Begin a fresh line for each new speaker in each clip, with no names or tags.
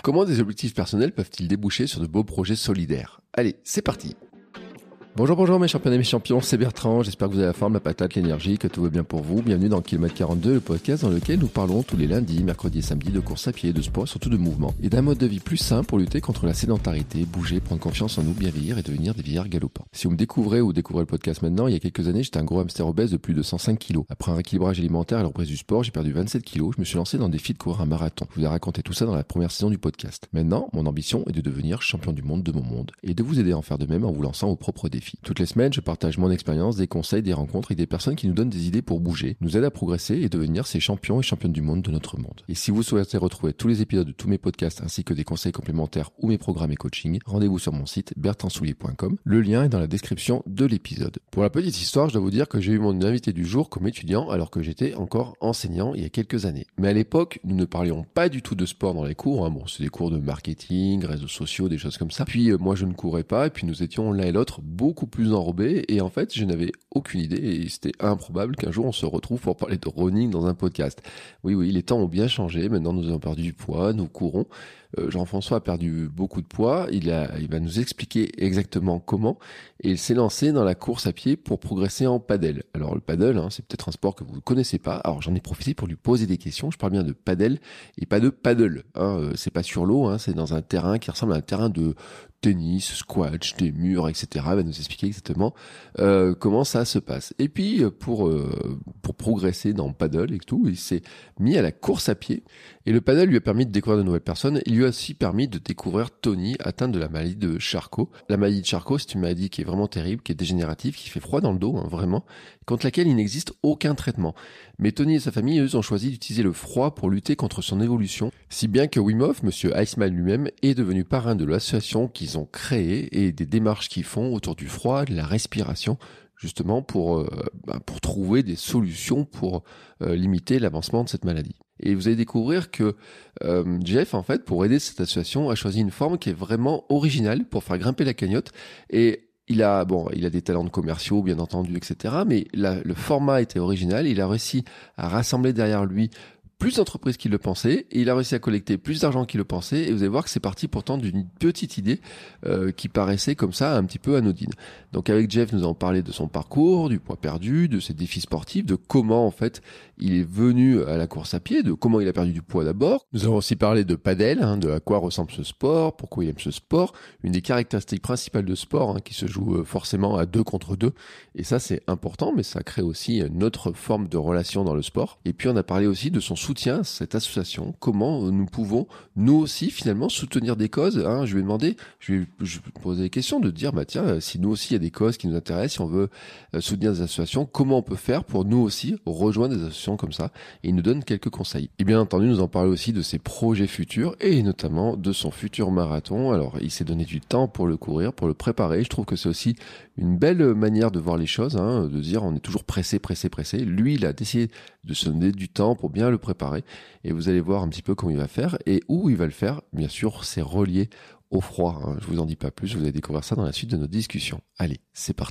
Comment des objectifs personnels peuvent-ils déboucher sur de beaux projets solidaires? Allez, c'est parti! Bonjour mes champions et mes champions, c'est Bertrand, j'espère que vous avez la forme, la patate, l'énergie, que tout va bien pour vous. Bienvenue dans Kilomètre 42, le podcast dans lequel nous parlons tous les lundis, mercredis et samedis de course à pied, de sport, surtout de mouvement, et d'un mode de vie plus sain pour lutter contre la sédentarité, bouger, prendre confiance en nous, bien vieillir et devenir des vieillards galopants. Si vous me découvrez ou découvrez le podcast maintenant, il y a quelques années, j'étais un gros hamster obèse de plus de 105 kilos. Après un rééquilibrage alimentaire et la reprise du sport, j'ai perdu 27 kilos, je me suis lancé dans le défi de courir un marathon. Je vous ai raconté tout ça dans la première saison du podcast. Maintenant, mon ambition est de devenir champion du monde de mon monde et de vous aider à en faire de même en vous lançant vos propres défis. Toutes les semaines, je partage mon expérience, des conseils, des rencontres et des personnes qui nous donnent des idées pour bouger, nous aident à progresser et devenir ces champions et championnes du monde de notre monde. Et si vous souhaitez retrouver tous les épisodes de tous mes podcasts ainsi que des conseils complémentaires ou mes programmes et coaching, rendez-vous sur mon site bertrandsoulier.com. Le lien est dans la description de l'épisode. Pour la petite histoire, je dois vous dire que j'ai eu mon invité du jour comme étudiant alors que j'étais encore enseignant il y a quelques années. Mais à l'époque, nous ne parlions pas du tout de sport dans les cours. Bon, c'est des cours de marketing, réseaux sociaux, des choses comme ça. Puis moi, je ne courais pas et puis nous étions l'un et l'autre beaucoup plus enrobés. Et en fait, je n'avais aucune idée et c'était improbable qu'un jour on se retrouve pour parler de running dans un podcast. Oui, les temps ont bien changé. Maintenant, nous avons perdu du poids, nous courons. Jean-François a perdu beaucoup de poids. Il va nous expliquer exactement comment. Et il s'est lancé dans la course à pied pour progresser en paddle. Alors le paddle, c'est peut-être un sport que vous ne connaissez pas. Alors j'en ai profité pour lui poser des questions. Je parle bien de paddle et pas de paddle. C'est pas sur l'eau. C'est dans un terrain qui ressemble à un terrain de tennis, squash, des murs, etc. Il va nous expliquer exactement comment ça se passe. Et puis pour progresser dans le paddle et tout, il s'est mis à la course à pied. Et le paddle lui a permis de découvrir de nouvelles personnes. Il lui a aussi permis de découvrir Tony, atteint de la maladie de Charcot. La maladie de Charcot, c'est une maladie qui est vraiment terrible, qui est dégénérative, qui fait froid dans le dos, vraiment, contre laquelle il n'existe aucun traitement. Mais Tony et sa famille, eux, ont choisi d'utiliser le froid pour lutter contre son évolution, si bien que Wim Hof, monsieur Iceman lui-même, est devenu parrain de l'association qu'ils ont créée et des démarches qu'ils font autour du froid, de la respiration, justement pour trouver des solutions pour limiter l'avancement de cette maladie. Et vous allez découvrir que Jeff, en fait, pour aider cette association, a choisi une forme qui est vraiment originale pour faire grimper la cagnotte. Et il a des talents de commerciaux, bien entendu, etc. Mais le format était original. Il a réussi à rassembler derrière lui plus d'entreprises qu'il le pensait, et il a réussi à collecter plus d'argent qu'il le pensait, et vous allez voir que c'est parti pourtant d'une petite idée qui paraissait comme ça un petit peu anodine. Donc avec Jeff, nous avons parlé de son parcours, du poids perdu, de ses défis sportifs, de comment en fait il est venu à la course à pied, de comment il a perdu du poids d'abord. Nous avons aussi parlé de padel, de à quoi ressemble ce sport, pourquoi il aime ce sport, une des caractéristiques principales de sport qui se joue forcément à 2 contre 2, et ça c'est important, mais ça crée aussi une autre forme de relation dans le sport. Et puis on a parlé aussi de son soutien à cette association, comment nous pouvons nous aussi finalement soutenir des causes. Je lui ai demandé, je lui ai posé des questions de dire si nous aussi il y a des causes qui nous intéressent, si on veut soutenir des associations, comment on peut faire pour nous aussi rejoindre des associations comme ça, et il nous donne quelques conseils. Et bien entendu, nous en parlons aussi de ses projets futurs et notamment de son futur marathon. Alors il s'est donné du temps pour le courir, pour le préparer. Je trouve que c'est aussi une belle manière de voir les choses, de dire on est toujours pressé. Lui, il a décidé de se donner du temps pour bien le préparer, et vous allez voir un petit peu comment il va faire et où il va le faire. Bien sûr, c'est relié au froid. Je vous en dis pas plus, vous allez découvrir ça dans la suite de notre discussion. Allez, c'est parti.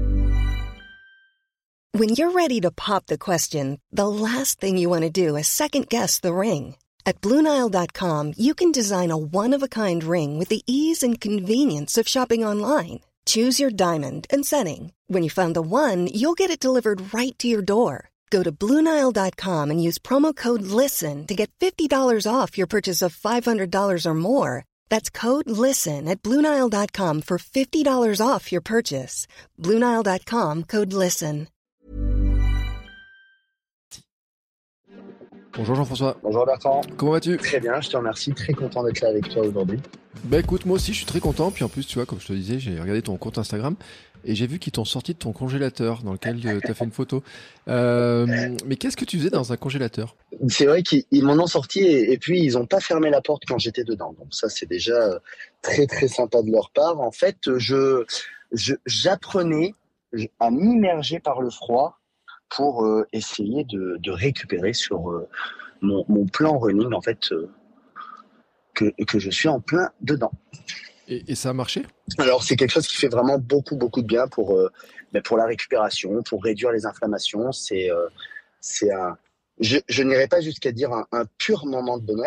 When you're ready to pop the question, the last thing you want to do is second-guess the ring. At BlueNile.com, you can design a one-of-a-kind ring with the ease and convenience of shopping online. Choose your diamond and setting. When you find the one, you'll get it delivered right to your door. Go to BlueNile.com and use promo code LISTEN to get $50 off your purchase of $500 or more. That's code LISTEN at BlueNile.com for $50 off your purchase. BlueNile.com, code LISTEN.
Bonjour Jean-François.
Bonjour Bertrand.
Comment vas-tu?
Très bien, je te remercie. Très content d'être là avec toi aujourd'hui.
Écoute, moi aussi je suis très content. Puis en plus, tu vois, comme je te disais, j'ai regardé ton compte Instagram et j'ai vu qu'ils t'ont sorti de ton congélateur dans lequel tu as fait une photo. Mais qu'est-ce que tu faisais dans un congélateur?
C'est vrai qu'ils m'en ont sorti et puis ils n'ont pas fermé la porte quand j'étais dedans. Donc ça, c'est déjà très très sympa de leur part. En fait, j'apprenais à m'immerger par le froid pour essayer de récupérer sur mon plan running, en fait, que je suis en plein dedans.
Et ça a marché?
Alors, c'est quelque chose qui fait vraiment beaucoup, beaucoup de bien pour la récupération, pour réduire les inflammations. Je n'irai pas jusqu'à dire un pur moment de bonheur,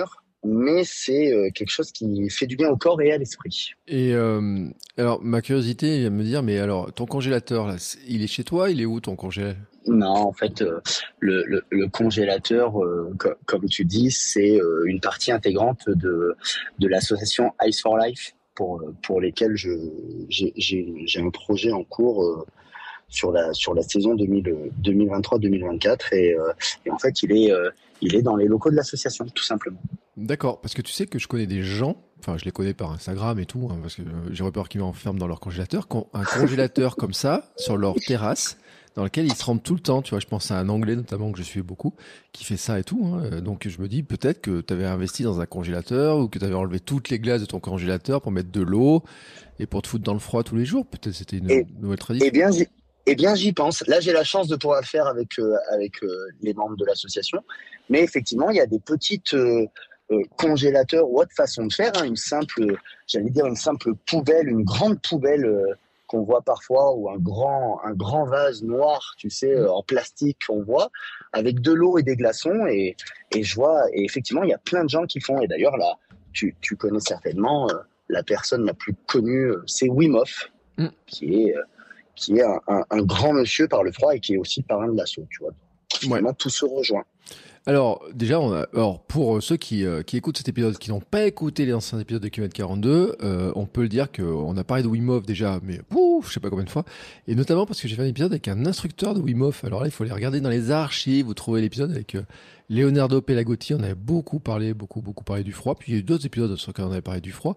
mais c'est quelque chose qui fait du bien au corps et à l'esprit.
Et alors, ma curiosité vient me dire, mais alors, ton congélateur, là, il est chez toi? Il est où ton congélateur?
Non, en fait, le congélateur, comme tu dis, c'est une partie intégrante de l'association Ice for Life pour lesquels j'ai un projet en cours sur la saison 2023-2024 et en fait il est dans les locaux de l'association tout simplement.
D'accord, parce que tu sais que je connais des gens, enfin je les connais par Instagram et tout, hein, parce que j'aurais peur qu'ils m'enferment dans leur congélateur, qui ont un congélateur comme ça sur leur terrasse, dans lequel ils se rendent tout le temps. Tu vois, je pense à un Anglais notamment que je suis beaucoup, qui fait ça et tout. Hein. Donc je me dis peut-être que tu avais investi dans un congélateur ou que tu avais enlevé toutes les glaces de ton congélateur pour mettre de l'eau et pour te foutre dans le froid tous les jours. Peut-être c'était une nouvelle tradition.
Eh bien, j'y pense. Là, j'ai la chance de pouvoir le faire avec les membres de l'association. Mais effectivement, il y a des petites congélateurs ou autre façon de faire. Hein, une simple poubelle, une grande poubelle qu'on voit parfois, ou un grand vase noir, tu sais, en plastique qu'on voit, avec de l'eau et des glaçons. Et je vois, et effectivement, il y a plein de gens qui font. Et d'ailleurs, là, tu connais certainement la personne la plus connue, c'est Wim Hof, qui est un grand monsieur par le froid et qui est aussi le parrain de l'assaut, tu vois. Finalement, tout se rejoint.
Alors, déjà, pour ceux qui écoutent cet épisode, qui n'ont pas écouté les anciens épisodes de Kilomètre 42, on peut le dire qu'on a parlé de Wim Hof déjà, mais je sais pas combien de fois, et notamment parce que j'ai fait un épisode avec un instructeur de Wim Hof. Alors là, il faut les regarder dans les archives, vous trouvez l'épisode avec Leonardo Pelagotti, on avait beaucoup parlé du froid, puis il y a eu d'autres épisodes sur lesquels on avait parlé du froid.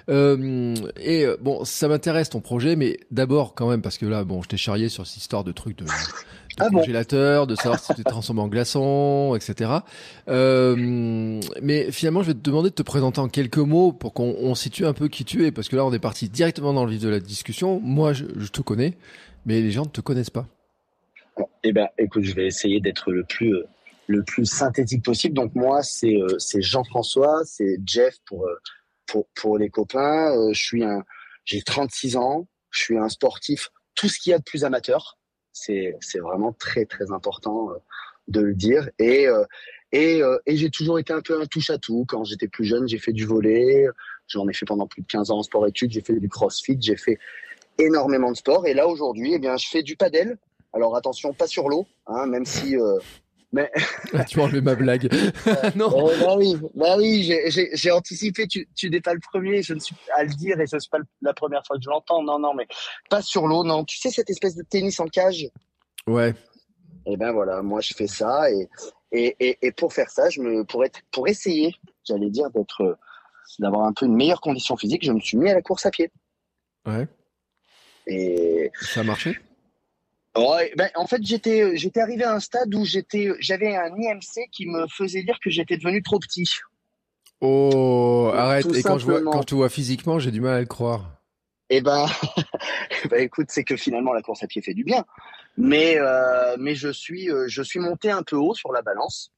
Bon, ça m'intéresse ton projet, mais d'abord quand même, parce que là, bon, je t'ai charrié sur cette histoire de trucs de congélateur, de savoir si tu t'es transformé en glaçon, etc. Mais finalement, je vais te demander de te présenter en quelques mots pour qu'on situe un peu qui tu es, parce que là, on est parti directement dans le vif de la discussion. Moi, je te connais, mais les gens ne te connaissent pas.
Eh ben, écoute, je vais essayer d'être le plus synthétique possible. Donc moi, c'est Jean-François, c'est Jeff pour les copains. J'ai 36 ans, je suis un sportif, tout ce qu'il y a de plus amateur. C'est vraiment très très important de le dire. Et j'ai toujours été un peu un touche à tout. Quand j'étais plus jeune, j'ai fait du volley, j'en ai fait pendant plus de 15 ans en sport-études, j'ai fait du crossfit, j'ai fait énormément de sport. Et là aujourd'hui, eh bien, je fais du padel. Alors attention, pas sur l'eau, hein, même si. Mais
tu as enlevé ma blague. Non.
Bah oui, j'ai anticipé. Tu n'es pas le premier, je ne suis à le dire et ce n'est pas la première fois que je l'entends. Non, mais pas sur l'eau. Non, tu sais cette espèce de tennis en cage.
Ouais.
Et ben voilà, moi je fais ça et pour faire ça, pour essayer, j'allais dire d'avoir un peu une meilleure condition physique, je me suis mis à la course à pied.
Ouais.
Et
ça a marché?
Ouais, ben, en fait, j'étais arrivé à un stade où j'avais un IMC qui me faisait dire que j'étais devenu trop petit.
Oh, arrête.
Tout
et quand
simplement.
je te vois physiquement, j'ai du mal à le croire.
Eh ben, écoute, c'est que finalement, la course à pied fait du bien. Mais je suis monté un peu haut sur la balance.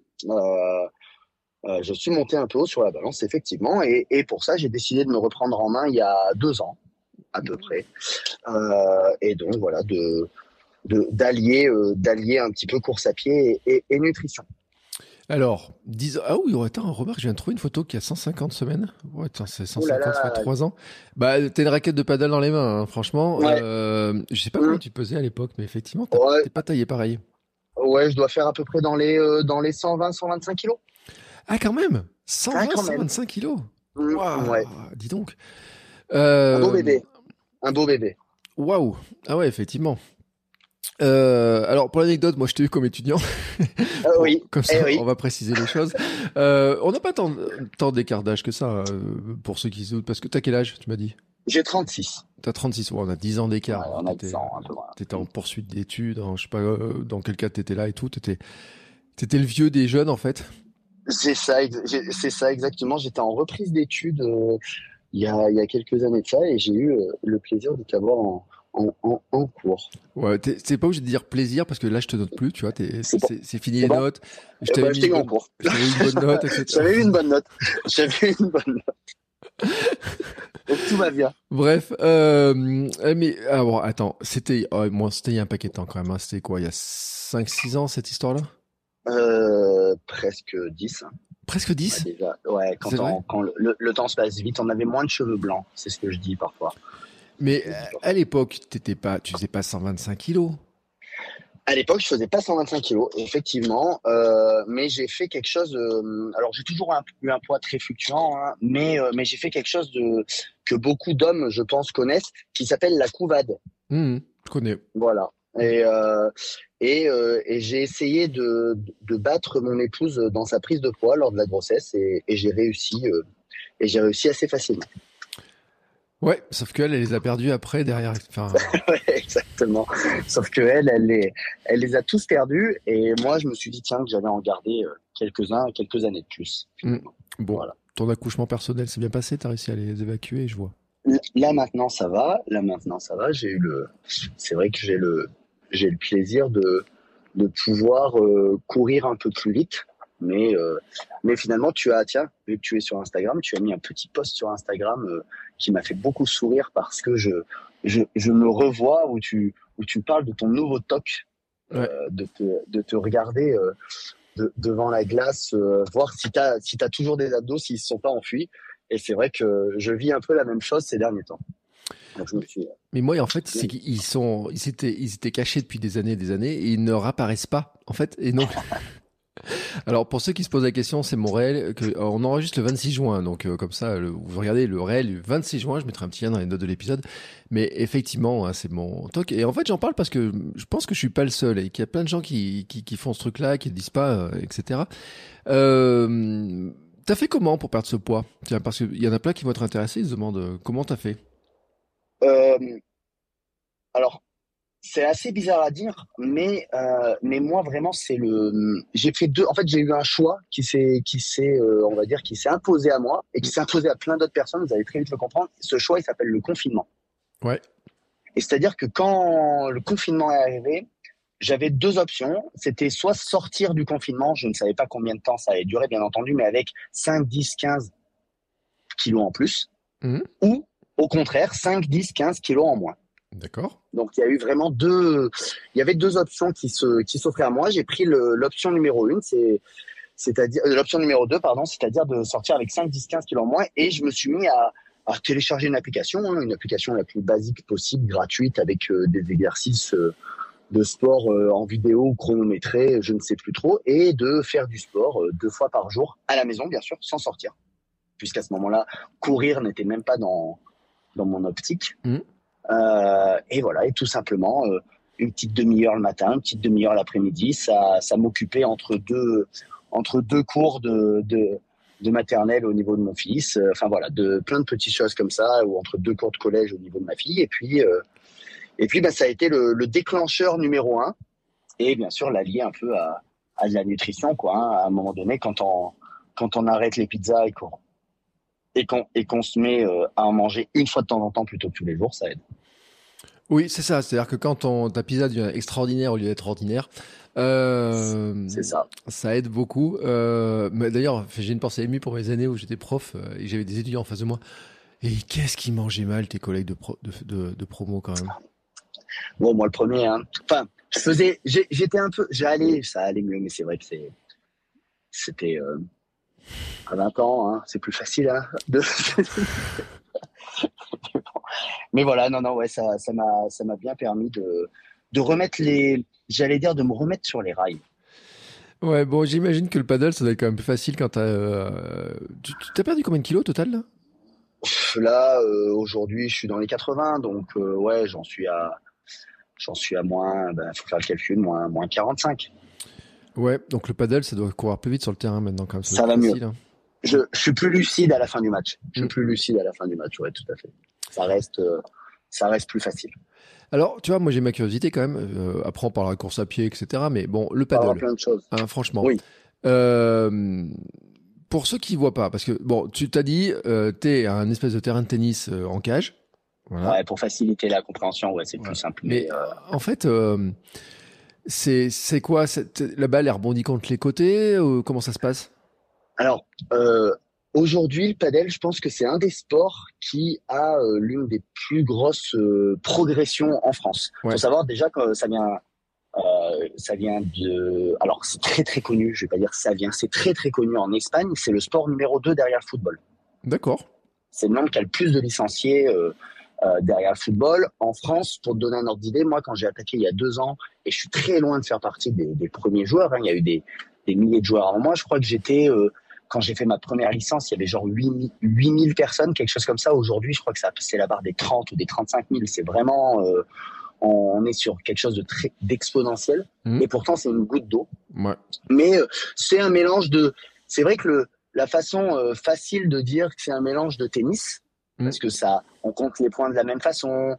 Je suis monté un peu haut sur la balance, effectivement. Et pour ça, j'ai décidé de me reprendre en main il y a 2 ans, à peu près. Et donc, voilà, d'allier un petit peu course à pied et nutrition.
Alors, ah oui, attends, remarque, je viens de trouver une photo qui a 150 semaines. Ouais, attends, c'est 150 fois 3 ans. Bah, t'as une raquette de paddle dans les mains, hein, franchement.
Ouais.
Je sais pas comment tu pesais à l'époque, mais effectivement, t'es pas taillé pareil.
Ouais, je dois faire à peu près dans les 120, 125 kilos.
Ah, quand même 120, 125 kilos. Wow,
ouais.
Dis donc.
Un beau bébé.
Waouh. Ah ouais, effectivement. Alors pour l'anecdote, moi je t'ai eu comme étudiant.
Oui.
Comme ça, on va préciser les choses. On n'a pas tant d'écart d'âge que ça pour ceux qui se doutent. Parce que t'as quel âge, tu m'as dit?
J'ai 36.
T'as 36. Ouais, on a 10 ans d'écart.
Ouais, on a 10 ans, un peu.
T'étais en poursuite d'études. Je sais pas dans quel cas t'étais là et tout. T'étais le vieux des jeunes en fait.
C'est ça exactement. J'étais en reprise d'études il y a quelques années de ça et j'ai eu le plaisir de t'avoir en cours.
Ouais, c'est pas obligé de dire plaisir parce que là je te note plus, tu vois, c'est fini les notes.
Je t'avais mis en cours.
J'avais eu une bonne note, etc.
J'avais eu une bonne note. Donc tout va bien.
Bref, mais bon, attends, c'était il y a un paquet de temps quand même, hein. C'était quoi, il y a 5-6 ans cette histoire-là?
Presque 10. Hein.
Presque 10?
Déjà, ouais,
C'est vrai?
quand le temps se passe vite, on avait moins de cheveux blancs, c'est ce que je dis parfois.
Mais
Je dis parfois.
à l'époque, tu faisais pas 125 kilos.
À l'époque, je faisais pas 125 kilos, effectivement, mais j'ai fait quelque chose. Alors, j'ai toujours eu un poids très fluctuant, hein, mais j'ai fait quelque chose que beaucoup d'hommes, je pense, connaissent, qui s'appelle la couvade.
Je connais.
Voilà. Et j'ai essayé de battre mon épouse dans sa prise de poids lors de la grossesse, et j'ai réussi assez facilement.
Ouais, sauf qu'elle, elle les a perdus après, derrière. Enfin,
Ouais, exactement. Sauf que elle les a tous perdus, et moi, je me suis dit, tiens, que j'allais en garder quelques-uns, quelques années de plus, finalement.
bon,
Voilà.
ton accouchement personnel s'est bien passé, t'as réussi à les évacuer, je vois.
Là maintenant, ça va. Là maintenant, ça va. C'est vrai que j'ai le plaisir de pouvoir courir un peu plus vite. Mais finalement, tiens, vu que tu es sur Instagram, tu as mis un petit post sur Instagram qui m'a fait beaucoup sourire parce que je me revois où tu parles de ton nouveau toc,
Ouais.
de te regarder devant la glace, voir si t'as toujours des abdos, s'ils se sont pas enfuis. Et c'est vrai que je vis un peu la même chose ces derniers temps. Donc je me suis...
Mais moi, en fait, c'est ils étaient cachés depuis des années et ils ne réapparaissent pas, en fait. Et donc, alors pour ceux qui se posent la question, c'est mon réel on enregistre le 26 juin. Donc comme ça, vous regardez le réel du 26 juin. Je mettrai un petit lien dans les notes de l'épisode. Mais effectivement, hein, c'est mon toc. Et en fait, j'en parle parce que je pense que je suis pas le seul et qu'il y a plein de gens qui font ce truc-là, qui ne disent pas, etc. T'as fait comment pour perdre ce poids? Tiens, parce qu'il y en a plein qui vont être intéressés. Ils se demandent comment t'as fait.
Euh, alors, c'est assez bizarre à dire, mais moi vraiment j'ai fait deux. En fait, j'ai eu un choix on va dire, qui s'est imposé à moi et qui s'est imposé à plein d'autres personnes. Vous allez très vite le comprendre. Ce choix, il s'appelle le confinement.
Ouais.
Et c'est-à-dire que quand le confinement est arrivé, j'avais deux options. C'était soit sortir du confinement, je ne savais pas combien de temps ça allait durer, bien entendu, mais avec 5, 10, 15 kilos en plus,
Mhm.
ou au contraire 5, 10, 15 kilos en moins.
D'accord.
Donc il y a eu vraiment il y avait deux options qui s'offraient à moi. J'ai pris l'option numéro 1, c'est-à-dire l'option numéro 2, pardon, c'est-à-dire de sortir avec 5, 10, 15 kilos en moins, et je me suis mis à télécharger une application, hein, une application la plus basique possible, gratuite, avec des exercices de sport en vidéo, chronométré, je ne sais plus trop, et de faire du sport 2 fois par jour, à la maison bien sûr, sans sortir. Puisqu'à ce moment-là, courir n'était même pas dans mon optique.
Mhm.
Et voilà, et tout simplement, une petite demi-heure le matin, une petite demi-heure l'après-midi, ça m'occupait entre deux cours de maternelle au niveau de mon fils, enfin voilà, plein de petites choses comme ça, ou entre deux cours de collège au niveau de ma fille, et puis bah, ça a été le déclencheur numéro 1, et bien sûr la lier un peu à de la nutrition, quoi, hein. À un moment donné, quand on arrête les pizzas et qu'on se met à en manger une fois de temps en temps plutôt que tous les jours, ça aide.
Oui, c'est ça. C'est-à-dire que quand ta pizza devient extraordinaire au lieu d'être ordinaire,
C'est ça.
ça aide beaucoup. Mais d'ailleurs, j'ai une pensée émue pour mes années où j'étais prof et j'avais des étudiants en face de moi. Et qu'est-ce qu'ils mangeaient mal, tes collègues de promo, quand même.
Bon, moi le premier, hein. Enfin, j'étais un peu, ça allait mieux, mais c'est vrai que c'était à 20 ans, hein, c'est plus facile, hein, Mais voilà, non, ouais, ça m'a bien permis de remettre de me remettre sur les rails.
Ouais, bon, j'imagine que le paddle, ça doit être quand même plus facile quand tu t'as perdu combien de kilos au total, là?
Là, aujourd'hui, je suis dans les 80, donc ouais, j'en suis à moins, faut faire le calcul, moins 45.
Ouais, donc le paddle, ça doit courir plus vite sur le terrain maintenant, quand même. Ça
Ça
doit
va
être
mieux.
facile, hein.
Je suis plus lucide à la fin du match.
Mm.
Ouais, tout à fait. Ça reste plus facile.
Alors, tu vois, moi j'ai ma curiosité quand même. Après, on parlera de course à pied, etc. Mais bon, le
On parlera
paddle,
plein de choses.
hein, franchement.
Oui.
Euh, pour ceux qui ne voient pas, parce que bon, tu t'as dit, t'es à un espèce de terrain de tennis en cage. Voilà.
Ouais, pour faciliter la compréhension, ouais, c'est plus simple.
Mais en fait, c'est quoi la balle, elle rebondit contre les côtés comment ça se passe?
Alors, aujourd'hui, le padel, je pense que c'est un des sports qui a l'une des plus grosses progressions en France.
Ouais.
Faut savoir déjà que ça vient Ça vient de... Alors, c'est très, très connu. Je vais pas dire ça vient. C'est très, très connu en Espagne. C'est le sport numéro 2 derrière le football.
D'accord.
C'est le nombre qui a le plus de licenciés derrière le football. En France, pour te donner un ordre d'idée, moi, quand j'ai attaqué il y a 2 ans, et je suis très loin de faire partie des premiers joueurs, hein, il y a eu des milliers de joueurs avant moi. Je crois que j'étais... quand j'ai fait ma première licence, il y avait genre 8000 personnes, quelque chose comme ça. Aujourd'hui, je crois que c'est la barre des 30 ou des 35 000. C'est vraiment... on est sur quelque chose d'exponentiel. Et pourtant, c'est une goutte d'eau.
Ouais.
Mais c'est un mélange de... C'est vrai que la façon facile de dire que c'est un mélange de tennis, parce que on compte les points de la même façon,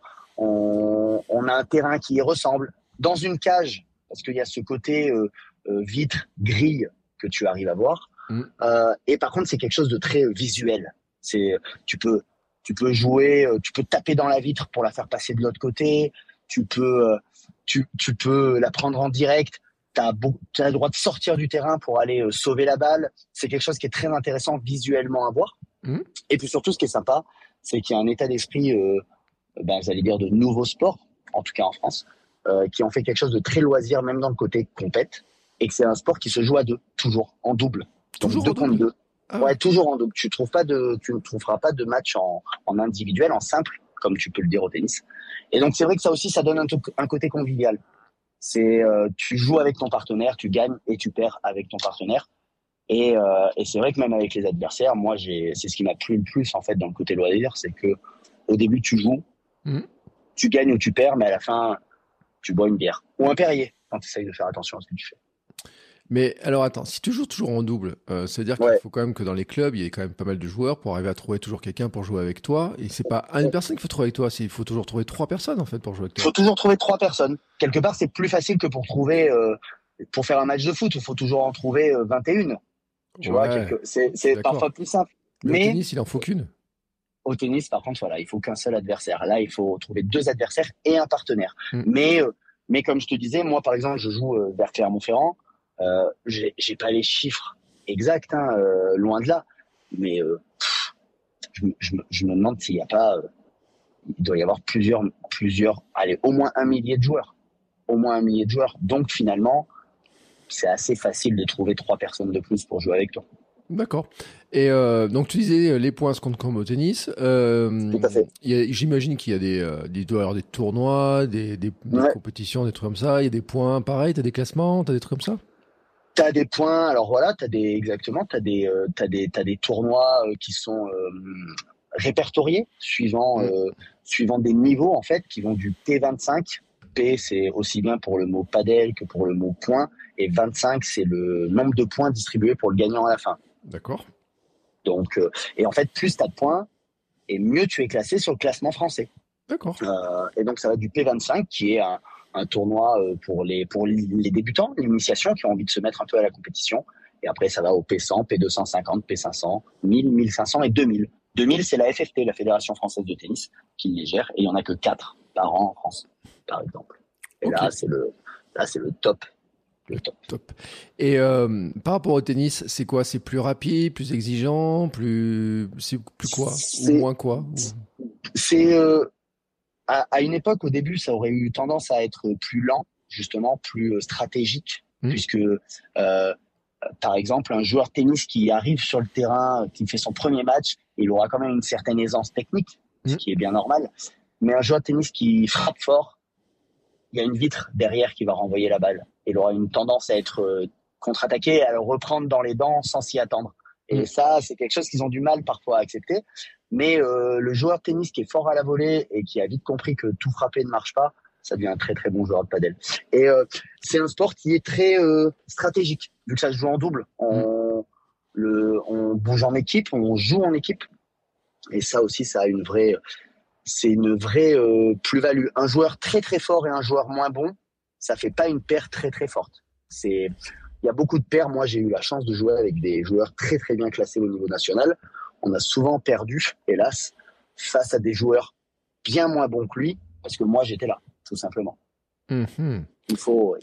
on a un terrain qui y ressemble. Dans une cage, parce qu'il y a ce côté vitre, grille que tu arrives à voir. Et par contre, c'est quelque chose de très visuel. Tu peux jouer, tu peux taper dans la vitre pour la faire passer de l'autre côté. Tu peux la prendre en direct. T'as le droit de sortir du terrain pour aller sauver la balle. C'est quelque chose qui est très intéressant visuellement à voir. Et puis surtout, ce qui est sympa, c'est qu'il y a un état d'esprit, j'allais dire de nouveau sport, en tout cas en France, qui en fait quelque chose de très loisir, même dans le côté compète, et que c'est un sport qui se joue à 2, toujours, en double. Donc
Toujours
2
en
contre
double.
2.
Ah.
Ouais, toujours en double. Tu ne trouveras pas de match en individuel, en simple, comme tu peux le dire au tennis. Et donc c'est vrai que ça aussi, ça donne un côté convivial. C'est tu joues avec ton partenaire, tu gagnes et tu perds avec ton partenaire. Et c'est vrai que même avec les adversaires, moi c'est ce qui m'a plu le plus en fait dans le côté loisir, c'est que au début tu joues, tu gagnes ou tu perds, mais à la fin tu bois une bière ou un Perrier quand tu essayes de faire attention à ce que tu fais.
Mais alors attends, si tu joues toujours en double, ça veut dire qu'il faut quand même que dans les clubs, il y ait quand même pas mal de joueurs pour arriver à trouver toujours quelqu'un pour jouer avec toi. Et c'est pas une personne qu'il faut trouver avec toi, il faut toujours trouver 3 personnes en fait pour jouer avec toi.
Il faut toujours trouver 3 personnes. Quelque part, c'est plus facile que pour faire un match de foot. Il faut toujours en trouver 21. Tu vois, c'est parfois plus simple.
Mais au tennis, il en faut qu'une.
Au tennis, par contre, voilà, il faut qu'un seul adversaire. Là, il faut trouver 2 adversaires et un partenaire. Mais comme je te disais, moi, par exemple, je joue vers Clermont-Ferrand. J'ai pas les chiffres exacts, loin de là. Mais je me demande s'il y a pas, il doit y avoir plusieurs, allez, au moins 1 millier de joueurs. Au moins 1 millier de joueurs. Donc finalement, c'est assez facile de trouver 3 personnes de plus pour jouer avec toi.
D'accord. Et donc tu disais les points se comptent comme au tennis.
Tout à fait.
J'imagine qu'il y a il doit y avoir des tournois, des compétitions, des trucs comme ça. Il y a des points pareils, t'as des classements, t'as des trucs comme ça.
T'as des points. Alors voilà, t'as des tournois qui sont répertoriés suivant des niveaux en fait, qui vont du P25. P, c'est aussi bien pour le mot padel que pour le mot point, et 25, c'est le nombre de points distribués pour le gagnant à la fin.
D'accord.
Donc, et en fait, plus tu as de points, et mieux tu es classé sur le classement français.
D'accord.
Et donc, ça va du P25, qui est un tournoi pour les débutants, l'initiation, qui ont envie de se mettre un peu à la compétition. Et après, ça va au P100, P250, P500, 1000, 1500 et 2000. 2000, c'est la FFT, la Fédération Française de Tennis, qui les gère, et il n'y en a que 4 par an en France, par exemple. Et okay. Là, c'est le top.
Top. Et par rapport au tennis, c'est quoi? C'est plus rapide, plus exigeant, c'est plus quoi? Ou moins quoi?
C'est à une époque, au début, ça aurait eu tendance à être plus lent, justement, plus stratégique, puisque par exemple, un joueur de tennis qui arrive sur le terrain, qui fait son premier match, il aura quand même une certaine aisance technique, ce qui est bien normal. Mais un joueur de tennis qui frappe fort, il y a une vitre derrière qui va renvoyer la balle. Il aura une tendance à être contre-attaqué et à le reprendre dans les dents sans s'y attendre. Et ça, c'est quelque chose qu'ils ont du mal parfois à accepter. Mais le joueur de tennis qui est fort à la volée et qui a vite compris que tout frapper ne marche pas, ça devient un très très bon joueur de padel. Et c'est un sport qui est très stratégique, vu que ça se joue en double. On bouge en équipe, on joue en équipe. Et ça aussi, ça a une vraie plus-value. Un joueur très très fort et un joueur moins bon, ça fait pas une paire très très forte. Il y a beaucoup de paires. Moi, j'ai eu la chance de jouer avec des joueurs très très bien classés au niveau national. On a souvent perdu, hélas, face à des joueurs bien moins bons que lui, parce que moi j'étais là, tout simplement. Il faut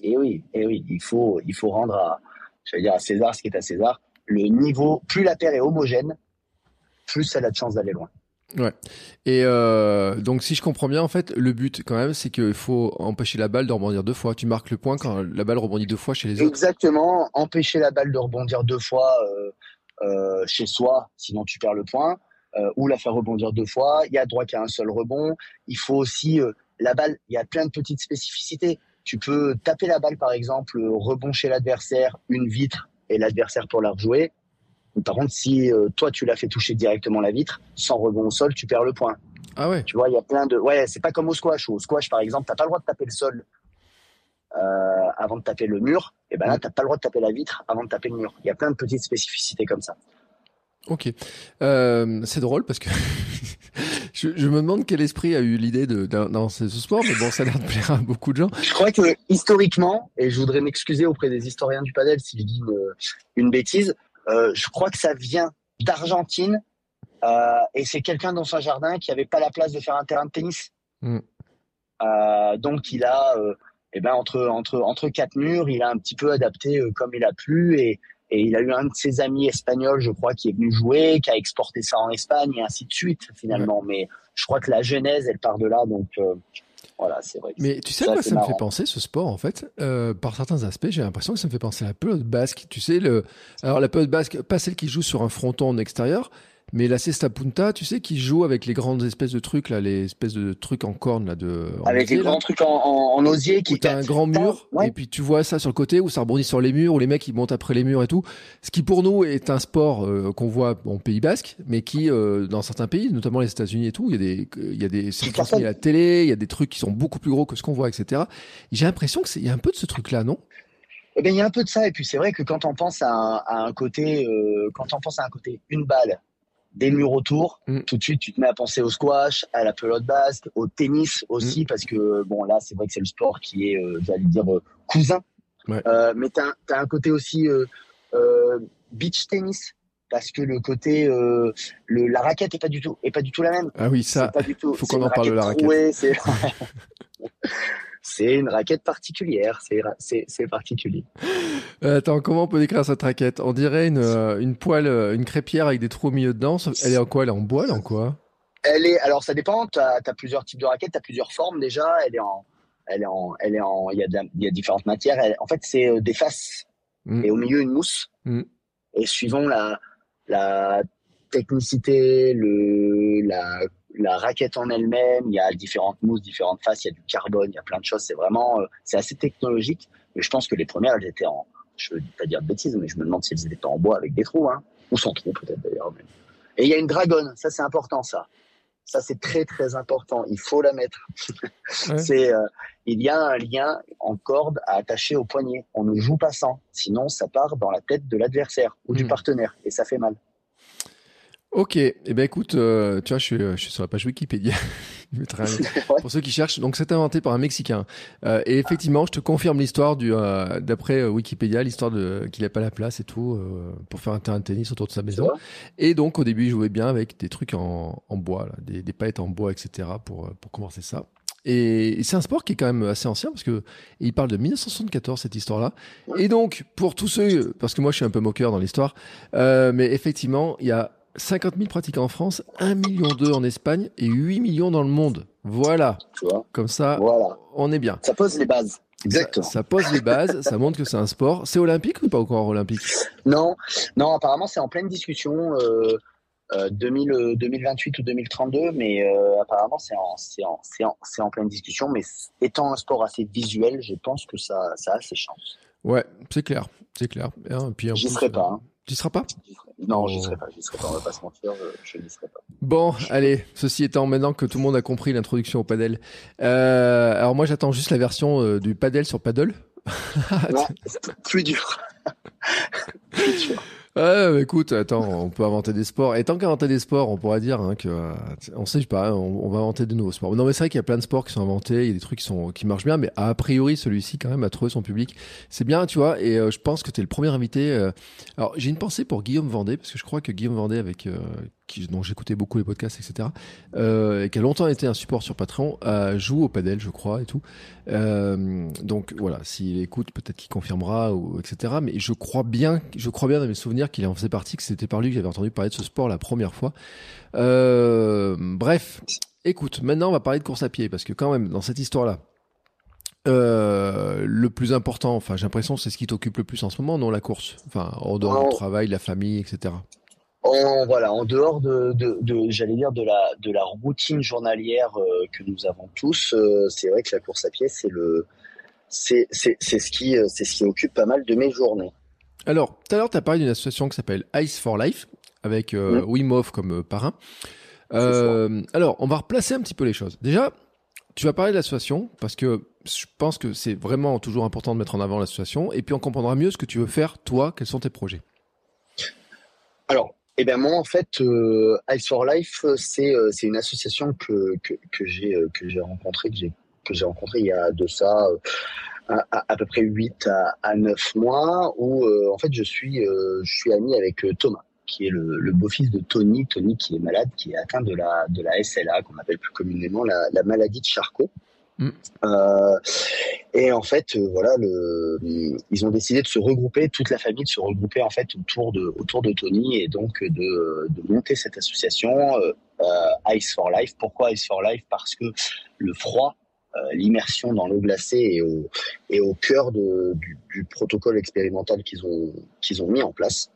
rendre à César ce qui est à César. Le niveau, plus la paire est homogène, plus elle a de chance d'aller loin.
Ouais. Et donc, si je comprends bien, en fait, le but, quand même, c'est qu'il faut empêcher la balle de rebondir 2 fois. Tu marques le point quand la balle rebondit 2 fois chez les autres.
Exactement, empêcher la balle de rebondir 2 fois chez soi, sinon tu perds le point, ou la faire rebondir 2 fois. Il y a droit qu'à un seul rebond. Il faut aussi la balle. Il y a plein de petites spécificités. Tu peux taper la balle, par exemple, rebond chez l'adversaire, une vitre, et l'adversaire pour la rejouer. Par contre, si toi tu l'as fait toucher directement la vitre, sans rebond au sol, tu perds le point.
Ah ouais.
Tu vois, il y a plein de. Ouais, c'est pas comme au squash. Au squash, par exemple, t'as pas le droit de taper le sol avant de taper le mur. Et ben là, t'as pas le droit de taper la vitre avant de taper le mur. Il y a plein de petites spécificités comme ça.
Ok. C'est drôle parce que je me demande quel esprit a eu l'idée dans ce sport, mais bon, ça a l'air de plaire à beaucoup de gens.
Je crois que historiquement, et je voudrais m'excuser auprès des historiens du padel si je dis une bêtise, je crois que ça vient d'Argentine et c'est quelqu'un dans son jardin qui avait pas la place de faire un terrain de tennis. Donc il a entre 4 murs, il a un petit peu adapté comme il a pu et il a eu un de ses amis espagnols, je crois, qui est venu jouer, qui a exporté ça en Espagne et ainsi de suite finalement. Mais je crois que la genèse, elle part de là, donc voilà, c'est vrai.
Mais tu sais quoi ça me fait penser, ce sport, en fait, par certains aspects, j'ai l'impression que ça me fait penser à la pelote basque. Tu sais, alors la pelote basque, pas celle qui joue sur un fronton en extérieur, mais la cesta punta, tu sais, qui joue avec les grandes espèces de trucs, là, les espèces de trucs en corne, là,
avec osier, les grands trucs en osier
qui t'as un grand mur, ouais. Et puis tu vois ça sur le côté où ça rebondit sur les murs, où les mecs ils montent après les murs et tout. Ce qui pour nous est un sport qu'on voit en Pays Basque, mais qui dans certains pays, notamment les États-Unis et tout, il y a des c'est transmis à la télé, il y a des trucs qui sont beaucoup plus gros que ce qu'on voit, etc. J'ai l'impression que il y a un peu de ce truc-là, non?
Eh bien, il y a un peu de ça, et puis c'est vrai que quand on pense à un côté, une balle, des murs autour, tout de suite tu te mets à penser au squash, à la pelote basque, au tennis aussi, parce que bon là c'est vrai que c'est le sport qui est, j'allais dire, cousin. Ouais. Mais t'as un côté aussi beach tennis, parce que le côté la raquette est pas du tout la même.
Ah oui, ça, faut qu'on en parle de la raquette.
Trouée, c'est une raquette particulière, c'est particulier.
Attends, comment on peut décrire cette raquette? On dirait une poêle, une crêpière avec des trous au milieu dedans. Elle est en quoi? Elle est en bois, elle est en quoi?
Alors ça dépend, t'as plusieurs types de raquettes, t'as plusieurs formes déjà, il y a différentes matières. En fait, c'est des faces et au milieu une mousse. Et suivant la technicité, la raquette en elle-même, il y a différentes mousses, différentes faces, il y a du carbone, il y a plein de choses. C'est assez technologique. Mais je pense que les premières, elles étaient je veux pas dire de bêtises, mais je me demande si elles étaient en bois avec des trous, hein. Ou sans trous peut-être d'ailleurs. Et il y a une dragonne, ça c'est important ça. Ça c'est très très important, il faut la mettre. Ouais. Il y a un lien en corde à attacher au poignet. On ne joue pas sans, sinon ça part dans la tête de l'adversaire ou du partenaire et ça fait mal.
Ok, eh ben écoute, tu vois, je suis sur la page Wikipédia. Pour ceux qui cherchent, donc c'est inventé par un Mexicain. Et effectivement, je te confirme l'histoire d'après Wikipédia, l'histoire qu'il n'a pas la place et tout pour faire un terrain de tennis autour de sa maison. Et donc au début, il jouait bien avec des trucs en bois, là, des palettes en bois, etc. pour commencer ça. Et c'est un sport qui est quand même assez ancien parce que il parle de 1974 cette histoire-là. Et donc pour tous ceux, parce que moi je suis un peu moqueur dans l'histoire, mais effectivement il y a 50 000 pratiquants en France, 1,2 million en Espagne et 8 millions dans le monde. Voilà. Tu vois, comme ça, voilà. On est bien.
Ça pose les bases. Exactement.
Ça pose les bases, ça montre que c'est un sport. C'est olympique ou pas encore olympique?
Non, apparemment c'est en pleine discussion 2028 ou 2032, mais apparemment c'est en pleine discussion. Mais étant un sport assez visuel, je pense que ça a ses chances.
Ouais, c'est clair. Et puis
j'y serai pas. Hein.
Tu y seras pas?
Non, j'y serai pas, on va pas se mentir, je n'y serai pas.
Bon, allez, ceci étant, maintenant que tout le monde a compris l'introduction au padel, alors moi j'attends juste la version du padel sur paddle.
Non, c'est plus dur. Plus dur.
Ouais, écoute, attends, on peut inventer des sports. Et tant qu'inventer des sports, on pourra dire que, on sait pas, on va inventer de nouveaux sports. Non, mais c'est vrai qu'il y a plein de sports qui sont inventés, il y a des trucs qui marchent bien, mais a priori, celui-ci, quand même, a trouvé son public. C'est bien, tu vois, et je pense que t'es le premier invité. Alors, j'ai une pensée pour Guillaume Vendée, parce que je crois que Guillaume Vendée, dont j'écoutais beaucoup les podcasts, etc., et qui a longtemps été un support sur Patreon, joue au padel, je crois, et tout. Donc voilà, s'il écoute, peut-être qu'il confirmera, etc. Mais je crois bien dans mes souvenirs qu'il en faisait partie, que c'était par lui que j'avais entendu parler de ce sport la première fois. Bref, écoute, maintenant on va parler de course à pied, parce que quand même, dans cette histoire-là, le plus important, enfin j'ai l'impression c'est ce qui t'occupe le plus en ce moment, non, la course, enfin en dehors du travail, la famille, etc.
En dehors j'allais dire de la routine journalière que nous avons tous, c'est vrai que la course à pied c'est ce qui occupe pas mal de mes journées.
Alors tout à l'heure tu as parlé d'une association qui s'appelle Ice for Life avec Wim Hof comme parrain. Alors on va replacer un petit peu les choses. Déjà, tu vas parler de l'association parce que je pense que c'est vraiment toujours important de mettre en avant l'association, et puis on comprendra mieux ce que tu veux faire, toi, quels sont tes projets.
Alors, moi, en fait, Ice for Life, c'est une association que j'ai rencontrée il y a de ça à peu près 8 à 9 mois, où en fait je suis ami avec Thomas, qui est le beau-fils de Tony qui est malade, qui est atteint de la SLA, qu'on appelle plus communément la maladie de Charcot. Et en fait, ils ont décidé de se regrouper, toute la famille de se regrouper en fait autour de Tony, et donc de monter cette association Ice for Life. Pourquoi Ice for Life? Parce que le froid, l'immersion dans l'eau glacée est au cœur du protocole expérimental qu'ils ont mis en place.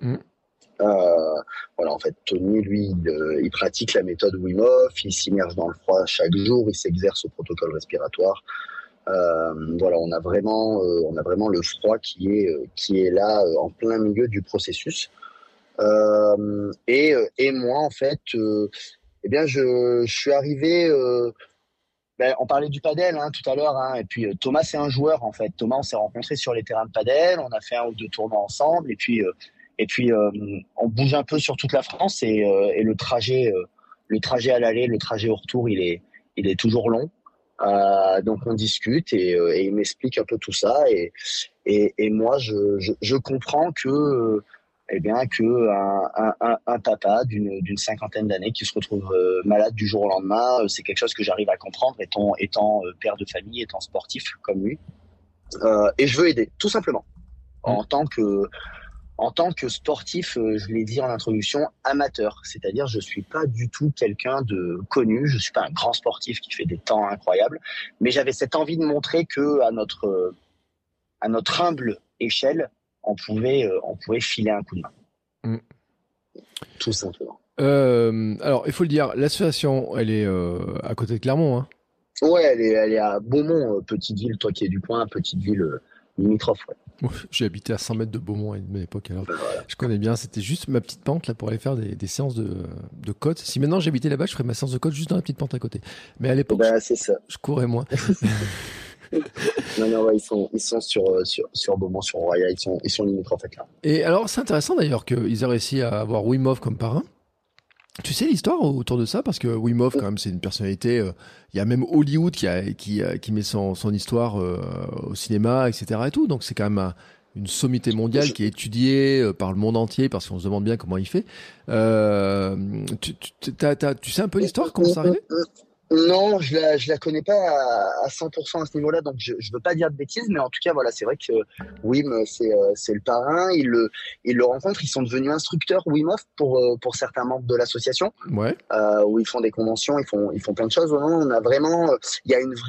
En fait, Tony, lui, il pratique la méthode Wim Hof, il s'immerge dans le froid chaque jour, il s'exerce au protocole respiratoire. On a vraiment le froid qui est là en plein milieu du processus. Et moi, en fait, je suis arrivé. On parlait du padel tout à l'heure, et puis Thomas, c'est un joueur en fait. Thomas, on s'est rencontrés sur les terrains de padel, on a fait 1 ou 2 tournois ensemble, et puis on bouge un peu sur toute la France, et le trajet à l'aller, le trajet au retour, il est toujours long. Donc on discute, et il m'explique un peu tout ça, et moi je comprends que un papa d'une 50aine d'années qui se retrouve malade du jour au lendemain, c'est quelque chose que j'arrive à comprendre étant père de famille, étant sportif comme lui, et je veux aider tout simplement en tant que sportif, je l'ai dit en introduction, amateur. C'est-à-dire, je suis pas du tout quelqu'un de connu. Je suis pas un grand sportif qui fait des temps incroyables. Mais j'avais cette envie de montrer que à notre humble échelle, on pouvait filer un coup de main. Tout simplement.
Alors, il faut le dire, l'association, elle est à côté de Clermont, hein.
Ouais, elle est à Beaumont, petite ville. Toi qui es du coin, petite ville limitrophe, ouais.
J'ai habité à 100 mètres de Beaumont à une époque, alors je connais bien. C'était juste ma petite pente là pour aller faire des séances de côte. Si maintenant j'habitais là-bas, je ferais ma séance de côte juste dans la petite pente à côté. Mais à l'époque, je courais moins.
Non, ouais, ils sont sur Beaumont, sur Roya, ils sont limitrophes là.
Et alors, c'est intéressant d'ailleurs qu'ils aient réussi à avoir Wim Hof comme parrain. Tu sais l'histoire autour de ça, parce que Wim Hof, quand même, c'est une personnalité. Il y a même Hollywood qui met son histoire au cinéma, etc. et tout. Donc c'est quand même une sommité mondiale qui est étudiée par le monde entier, parce qu'on se demande bien comment il fait. Tu sais un peu l'histoire, comment ça arrivé?
Non, je la connais pas à 100% à ce niveau-là, donc je veux pas dire de bêtises, mais en tout cas, voilà, c'est vrai que Wim, c'est le parrain, il le rencontre, ils sont devenus instructeurs Wim Hof pour certains membres de l'association,
ouais.
Où ils font des conventions, ils font plein de choses. On a vraiment, il y a une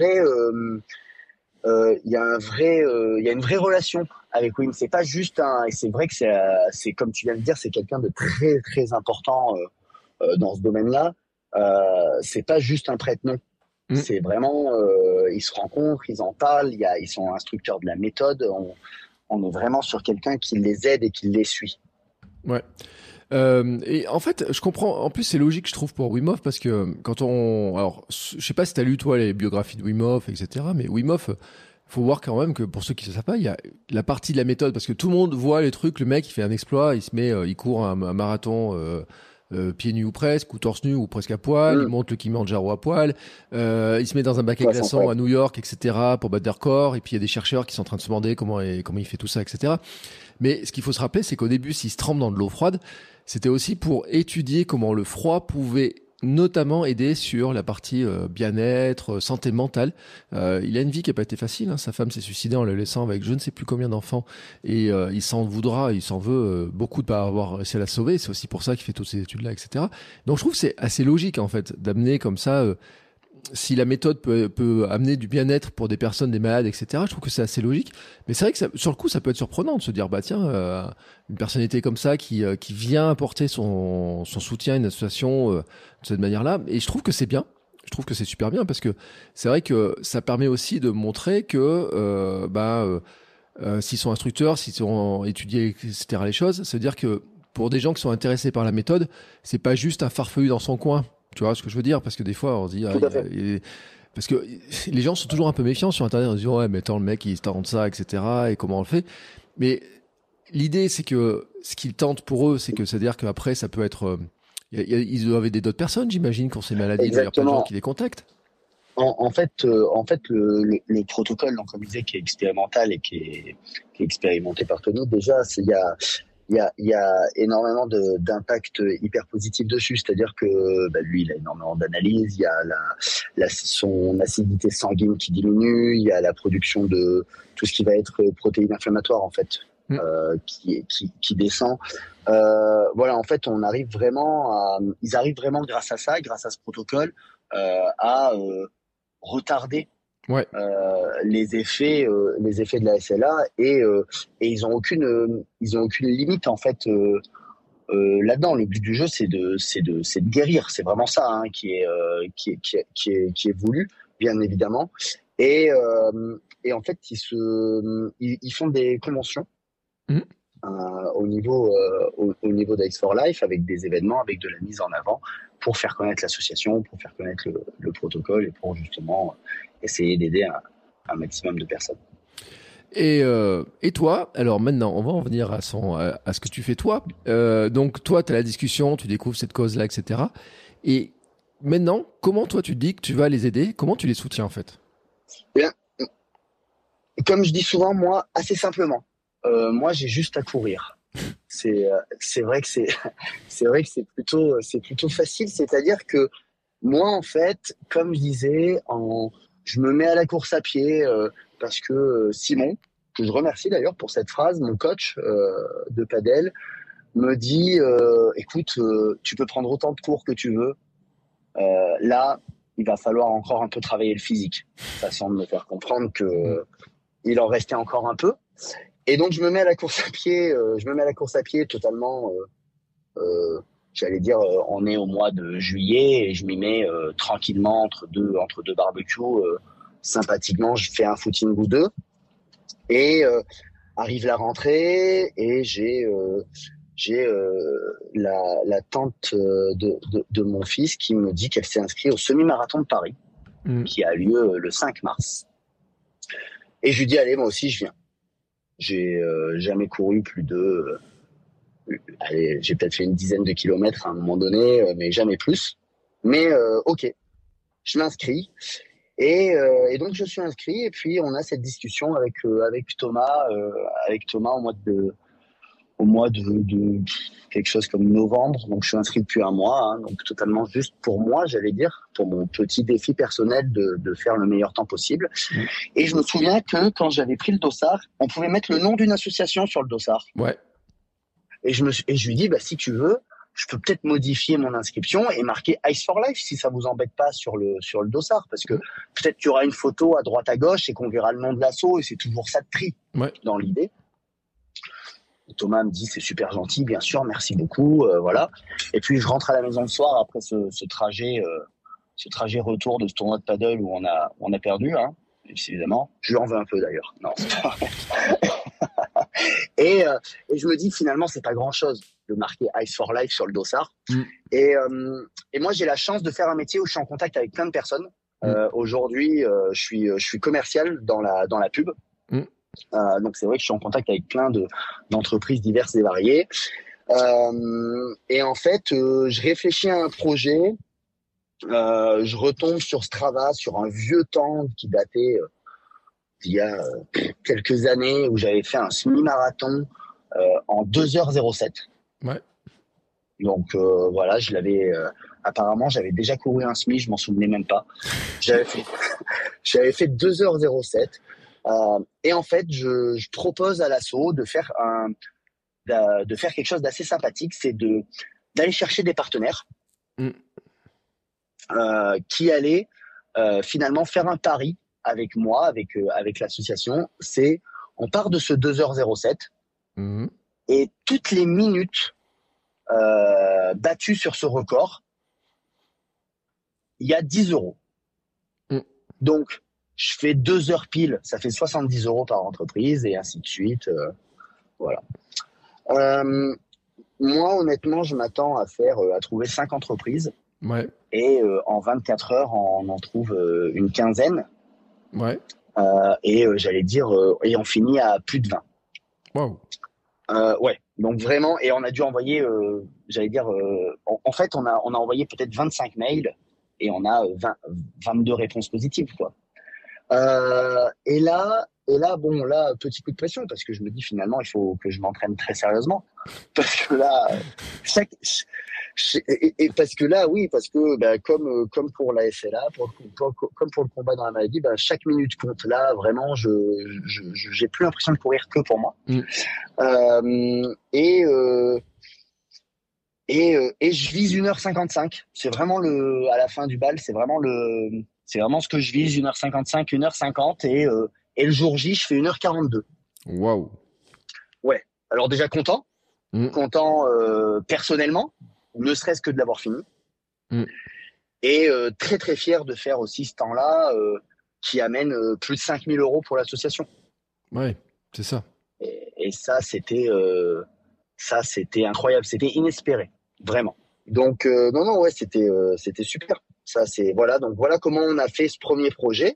vraie relation avec Wim. C'est pas juste et c'est vrai que c'est comme tu viens de dire, c'est quelqu'un de très très important dans ce domaine-là. C'est pas juste un prête-nom. C'est vraiment, ils se rencontrent, ils en parlent, ils sont instructeurs de la méthode. On est vraiment sur quelqu'un qui les aide et qui les suit.
Ouais. Et en fait, je comprends. En plus, c'est logique, je trouve, pour Wim Hof, parce que alors, je sais pas si t'as lu toi les biographies de Wim Hof, etc. Mais Wim Hof, faut voir quand même que pour ceux qui ne savent pas, il y a la partie de la méthode, parce que tout le monde voit les trucs. Le mec, il fait un exploit, il court un marathon. Pieds nus ou presque, ou torse nu ou presque à poil, il monte le Kilimanjaro à poil, il se met dans un bac à glaçons à New York, etc. pour battre des records, et puis il y a des chercheurs qui sont en train de se demander comment il fait tout ça, etc. Mais ce qu'il faut se rappeler, c'est qu'au début, s'il se trempe dans de l'eau froide, c'était aussi pour étudier comment le froid pouvait notamment aider sur la partie bien-être, santé mentale. Il a une vie qui n'a pas été facile. Hein. Sa femme s'est suicidée en le laissant avec je ne sais plus combien d'enfants. Et il s'en voudra, il s'en veut beaucoup de ne pas avoir réussi à la sauver. C'est aussi pour ça qu'il fait toutes ces études-là, etc. Donc je trouve que c'est assez logique en fait d'amener comme ça... si la méthode peut amener du bien-être pour des personnes, des malades, etc., je trouve que c'est assez logique. Mais c'est vrai que sur le coup, ça peut être surprenant de se dire, bah tiens, une personnalité comme ça qui vient apporter son soutien à une association de cette manière-là. Et je trouve que c'est bien. Je trouve que c'est super bien parce que c'est vrai que ça permet aussi de montrer que s'ils sont instructeurs, s'ils ont étudié, etc., les choses, ça veut dire que pour des gens qui sont intéressés par la méthode, c'est pas juste un farfelu dans son coin. Tu vois ce que je veux dire? Parce que des fois, on se dit... parce que les gens sont toujours un peu méfiants sur Internet en se disant « Ouais, mais attends, le mec, il tente ça, etc. Et comment on le fait ?» Mais l'idée, c'est que ce qu'ils tentent pour eux, c'est que c'est-à-dire qu'après, ça peut être... ils doivent aider d'autres personnes, j'imagine, qui ont ces maladies. Il y a plein de gens qui les contactent.
En fait, le protocole, donc, comme je disais, qui est expérimental et qui est expérimenté par Tony, déjà, il y a énormément d'impact hyper positif dessus, c'est-à-dire que lui, il a énormément d'analyses, il y a son acidité sanguine qui diminue, il y a la production de tout ce qui va être protéines inflammatoires en fait, qui descend. Voilà, en fait, ils arrivent vraiment grâce à ça, grâce à ce protocole, à retarder les effets de la SLA et ils ont aucune limite en fait là-dedans. Le but du jeu c'est de guérir, c'est vraiment ça hein, qui est voulu bien évidemment et en fait ils font des conventions au niveau d'Ice for Life avec des événements, avec de la mise en avant pour faire connaître l'association, pour faire connaître le protocole et pour justement essayer d'aider un maximum de personnes.
Et toi, alors maintenant, on va en venir à ce que tu fais toi. Donc toi, tu as la discussion, tu découvres cette cause-là, etc. Et maintenant, comment toi tu te dis que tu vas les aider? Comment tu les soutiens en fait?
Bien, comme je dis souvent, moi, assez simplement. Moi, j'ai juste à courir. C'est vrai que c'est plutôt facile. C'est-à-dire que moi, en fait, comme je disais, je me mets à la course à pied parce que Simon, que je remercie d'ailleurs pour cette phrase, mon coach de padel, me dit écoute, tu peux prendre autant de cours que tu veux. Là, il va falloir encore un peu travailler le physique. Façon de me faire comprendre que il en restait encore un peu. Et donc je me mets à la course à pied totalement. J'allais dire, on est au mois de juillet et je m'y mets tranquillement entre deux barbecues. Sympathiquement, je fais un footing ou deux et arrive la rentrée et j'ai la tante de mon fils qui me dit qu'elle s'est inscrite au semi-marathon de Paris qui a lieu le 5 mars. Et je lui dis allez, moi aussi je viens. J'ai jamais couru plus de j'ai peut-être fait une dizaine de kilomètres à un moment donné, mais jamais plus. Mais ok, je m'inscris et donc je suis inscrit et puis on a cette discussion avec Thomas au mois de quelque chose comme novembre. Donc je suis inscrit depuis un mois, hein, donc totalement juste pour moi, j'allais dire, pour mon petit défi personnel de faire le meilleur temps possible. Et je me souviens que quand j'avais pris le dossard, on pouvait mettre le nom d'une association sur le dossard.
Ouais.
Et je lui dis, si tu veux, je peux peut-être modifier mon inscription et marquer Ice for Life si ça vous embête pas sur le dossard, parce que peut-être qu'il y aura une photo à droite à gauche et qu'on verra le nom de l'asso et c'est toujours ça de tri dans l'idée. Et Thomas me dit c'est super gentil, bien sûr, merci beaucoup, voilà. Et puis je rentre à la maison le soir après ce trajet retour de ce tournoi de paddle où on a perdu, hein, évidemment. Je lui en veux un peu d'ailleurs. Non, c'est pas vrai. Et je me dis finalement c'est pas grand chose de marquer Ice for Life sur le dossard. Et moi j'ai la chance de faire un métier où je suis en contact avec plein de personnes. Aujourd'hui je suis commercial dans la pub. Donc c'est vrai que je suis en contact avec plein d'entreprises diverses et variées. Et en fait je réfléchis à un projet. Je retombe sur Strava, sur un vieux temps qui datait il y a quelques années où j'avais fait un semi-marathon en 2h07.
Ouais.
Donc voilà, apparemment j'avais déjà couru un semi, je m'en souvenais même pas. J'avais fait j'avais fait 2h07 et en fait je propose à l'asso de faire quelque chose d'assez sympathique, c'est d'aller chercher des partenaires qui allaient finalement faire un pari avec moi, avec l'association. C'est on part de ce 2h07 et toutes les minutes battues sur ce record, il y a 10 euros. Donc, je fais 2 heures pile, ça fait 70 euros par entreprise et ainsi de suite. Voilà. Moi, honnêtement, je m'attends à trouver 5 entreprises.
Ouais.
Et en 24 heures, on en trouve une quinzaine.
Ouais.
Et j'allais dire, et on finit à plus de 20.
Wow.
Ouais. Donc vraiment, et on a dû envoyer, j'allais dire, en fait, on a envoyé peut-être 25 mails et on a 22 réponses positives, quoi. Et là, bon, là, petit coup de pression parce que je me dis finalement, il faut que je m'entraîne très sérieusement parce que là, parce que là, oui, parce que comme pour la SLA, comme pour le combat dans la maladie, chaque minute compte. Là, vraiment, j'ai plus l'impression de courir que pour moi. Et je vise 1h55. C'est vraiment à la fin du bal, c'est vraiment ce que je vise, 1h55, 1h50 et le jour J, je fais 1h42.
Waouh.
Ouais. Alors déjà content personnellement, ne serait-ce que de l'avoir fini. Et très très fier de faire aussi ce temps-là qui amène plus de 5 000 euros pour l'association.
Ouais, c'est ça.
Et ça, c'était incroyable, c'était inespéré, vraiment. Donc non, ouais, c'était super. Ça, voilà. Donc voilà comment on a fait ce premier projet.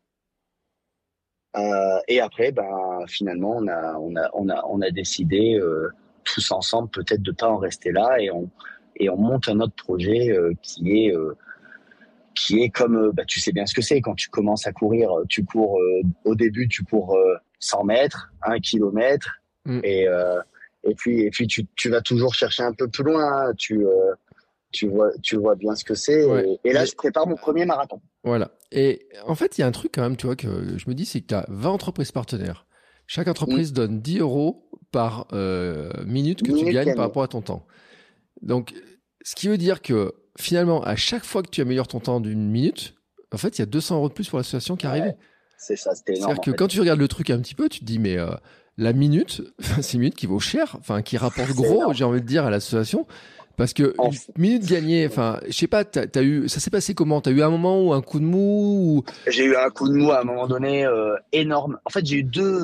Et après, finalement, on a décidé tous ensemble peut-être de pas en rester là et on monte un autre projet qui est comme tu sais bien ce que c'est quand tu commences à courir, tu cours au début, tu cours 100 mètres, 1 kilomètre et puis tu vas toujours chercher un peu plus loin, hein, tu vois bien ce que c'est. Ouais. Et là, je prépare mon premier marathon.
Voilà. Et en fait, il y a un truc quand même, tu vois, que je me dis, c'est que tu as 20 entreprises partenaires. Chaque entreprise donne 10 euros par minute que tu gagnes par rapport à ton temps. Donc, ce qui veut dire que finalement, à chaque fois que tu améliores ton temps d'une minute, en fait, il y a 200 euros de plus pour l'association qui est arrivée.
C'est ça, c'était énorme.
C'est-à-dire que quand tu regardes le truc un petit peu, tu te dis, mais la minute, c'est une minute qui vaut cher, enfin, qui rapporte gros, énorme. J'ai envie de dire, à l'association. Parce que une minute gagnée, enfin, je sais pas, ça s'est passé comment? T'as eu un moment où un coup de mou ou...
J'ai eu un coup de mou à un moment donné énorme. En fait, j'ai eu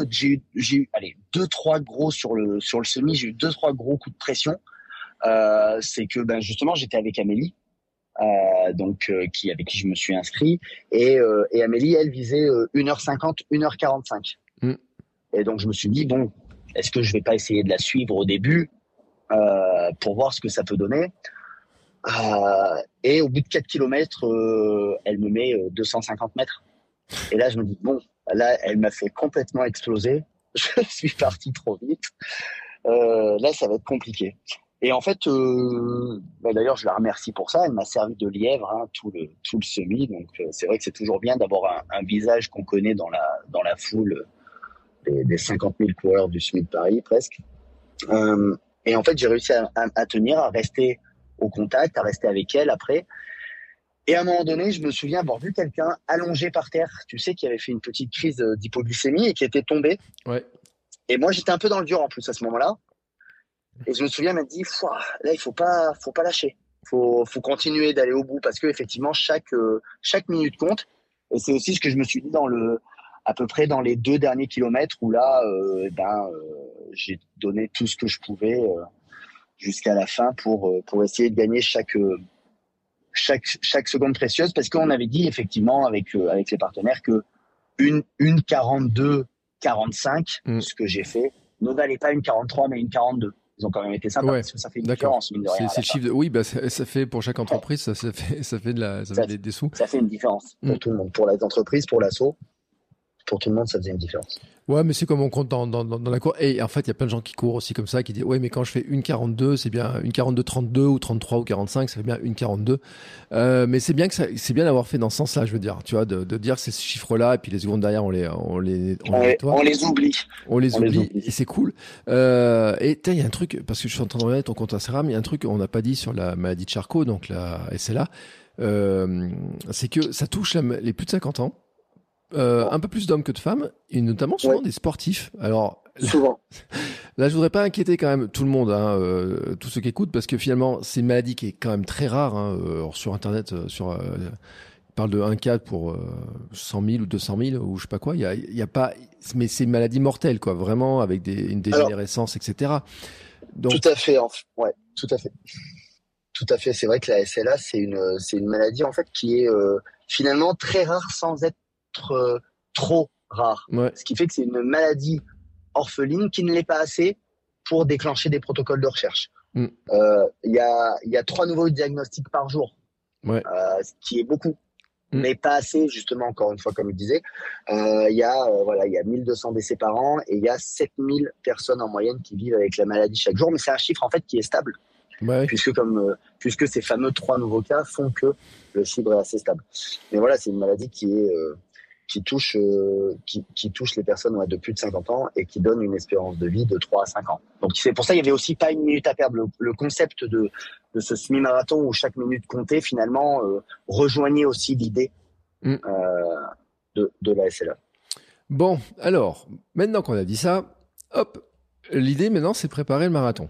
2-3 gros sur le semi. J'ai eu 2-3 gros coups de pression. C'est que justement, j'étais avec Amélie, avec qui je me suis inscrit, et Amélie, elle visait 1h50, 1h45. Et donc je me suis dit bon, est-ce que je vais pas essayer de la suivre au début? Pour voir ce que ça peut donner. Et au bout de 4 km, elle me met 250 mètres. Et là, je me dis, bon, là, elle m'a fait complètement exploser. Je suis parti trop vite. Là, ça va être compliqué. Et en fait, d'ailleurs, je la remercie pour ça. Elle m'a servi de lièvre tout le semi. Donc, c'est vrai que c'est toujours bien d'avoir un visage qu'on connaît dans la foule des 50 000 coureurs du semi de Paris, presque. Et en fait, j'ai réussi à tenir, à rester au contact, à rester avec elle après. Et à un moment donné, je me souviens avoir vu quelqu'un allongé par terre, tu sais, qui avait fait une petite crise d'hypoglycémie et qui était tombé.
Ouais.
Et moi, j'étais un peu dans le dur en plus à ce moment-là. Et je me souviens m'être dit, là, il faut pas lâcher. Faut continuer d'aller au bout parce que effectivement, chaque minute compte. Et c'est aussi ce que je me suis dit à peu près dans les 2 derniers kilomètres où là, j'ai donné tout ce que je pouvais jusqu'à la fin pour essayer de gagner chaque seconde précieuse, parce qu'on avait dit effectivement avec les partenaires que une 42-45, ce que j'ai fait, ne valait pas une 43 mais une 42. Ils ont quand même été sympas parce que ça fait une différence, mine de rien.
C'est le chiffre oui, ça fait pour chaque entreprise, ça fait des sous.
Ça fait une différence pour tout le monde, pour les entreprises, pour l'asso. pour tout le monde, ça faisait une différence.
Ouais, mais c'est comme on compte dans la cour. Et en fait, il y a plein de gens qui courent aussi comme ça, qui disent, ouais, mais quand je fais une 42, c'est bien une 42-32 ou 33 ou 45, ça fait bien une 42. Mais c'est bien c'est bien d'avoir fait dans ce sens-là, je veux dire, tu vois, de dire ces chiffres-là, et puis les secondes derrière, on les nettoie.
On les oublie.
On les oublie, et c'est cool. Et il y a un truc, parce que je suis en train de regarder ton compte Instagram, il y a un truc qu'on n'a pas dit sur la maladie de Charcot, donc la SLA, c'est que ça touche les plus de 50 ans. Un peu plus d'hommes que de femmes, et notamment souvent des sportifs. Alors,
souvent.
Là, je voudrais pas inquiéter quand même tout le monde, tous ceux qui écoutent, parce que finalement, c'est une maladie qui est quand même très rare. Alors, sur Internet, il parle de 1 cas pour 100 000 ou 200 000 ou je sais pas quoi. Il y a pas, mais c'est une maladie mortelle, quoi, vraiment avec une dégénérescence, etc. Donc,
tout à fait, ouais, tout à fait. Tout à fait. C'est vrai que la SLA, c'est une maladie en fait qui est finalement très rare sans être trop rare.
Ouais.
Ce qui fait que c'est une maladie orpheline qui ne l'est pas assez pour déclencher des protocoles de recherche. Il y a 3 nouveaux diagnostics par jour, ce qui est beaucoup, mais pas assez, justement, encore une fois, comme je disais. Il y a 1200 décès par an et il y a 7000 personnes en moyenne qui vivent avec la maladie chaque jour, mais c'est un chiffre en fait qui est stable.
Ouais.
Puisque ces fameux 3 nouveaux cas font que le chiffre est assez stable. Mais voilà, c'est une maladie qui touche les personnes de plus de 50 ans et qui donne une espérance de vie de 3 à 5 ans. Donc c'est pour ça il y avait aussi pas une minute à perdre. Le concept de ce semi-marathon où chaque minute comptait finalement rejoignait aussi l'idée de la SLA.
Bon, alors, maintenant qu'on a dit ça, hop, l'idée maintenant c'est de préparer le marathon.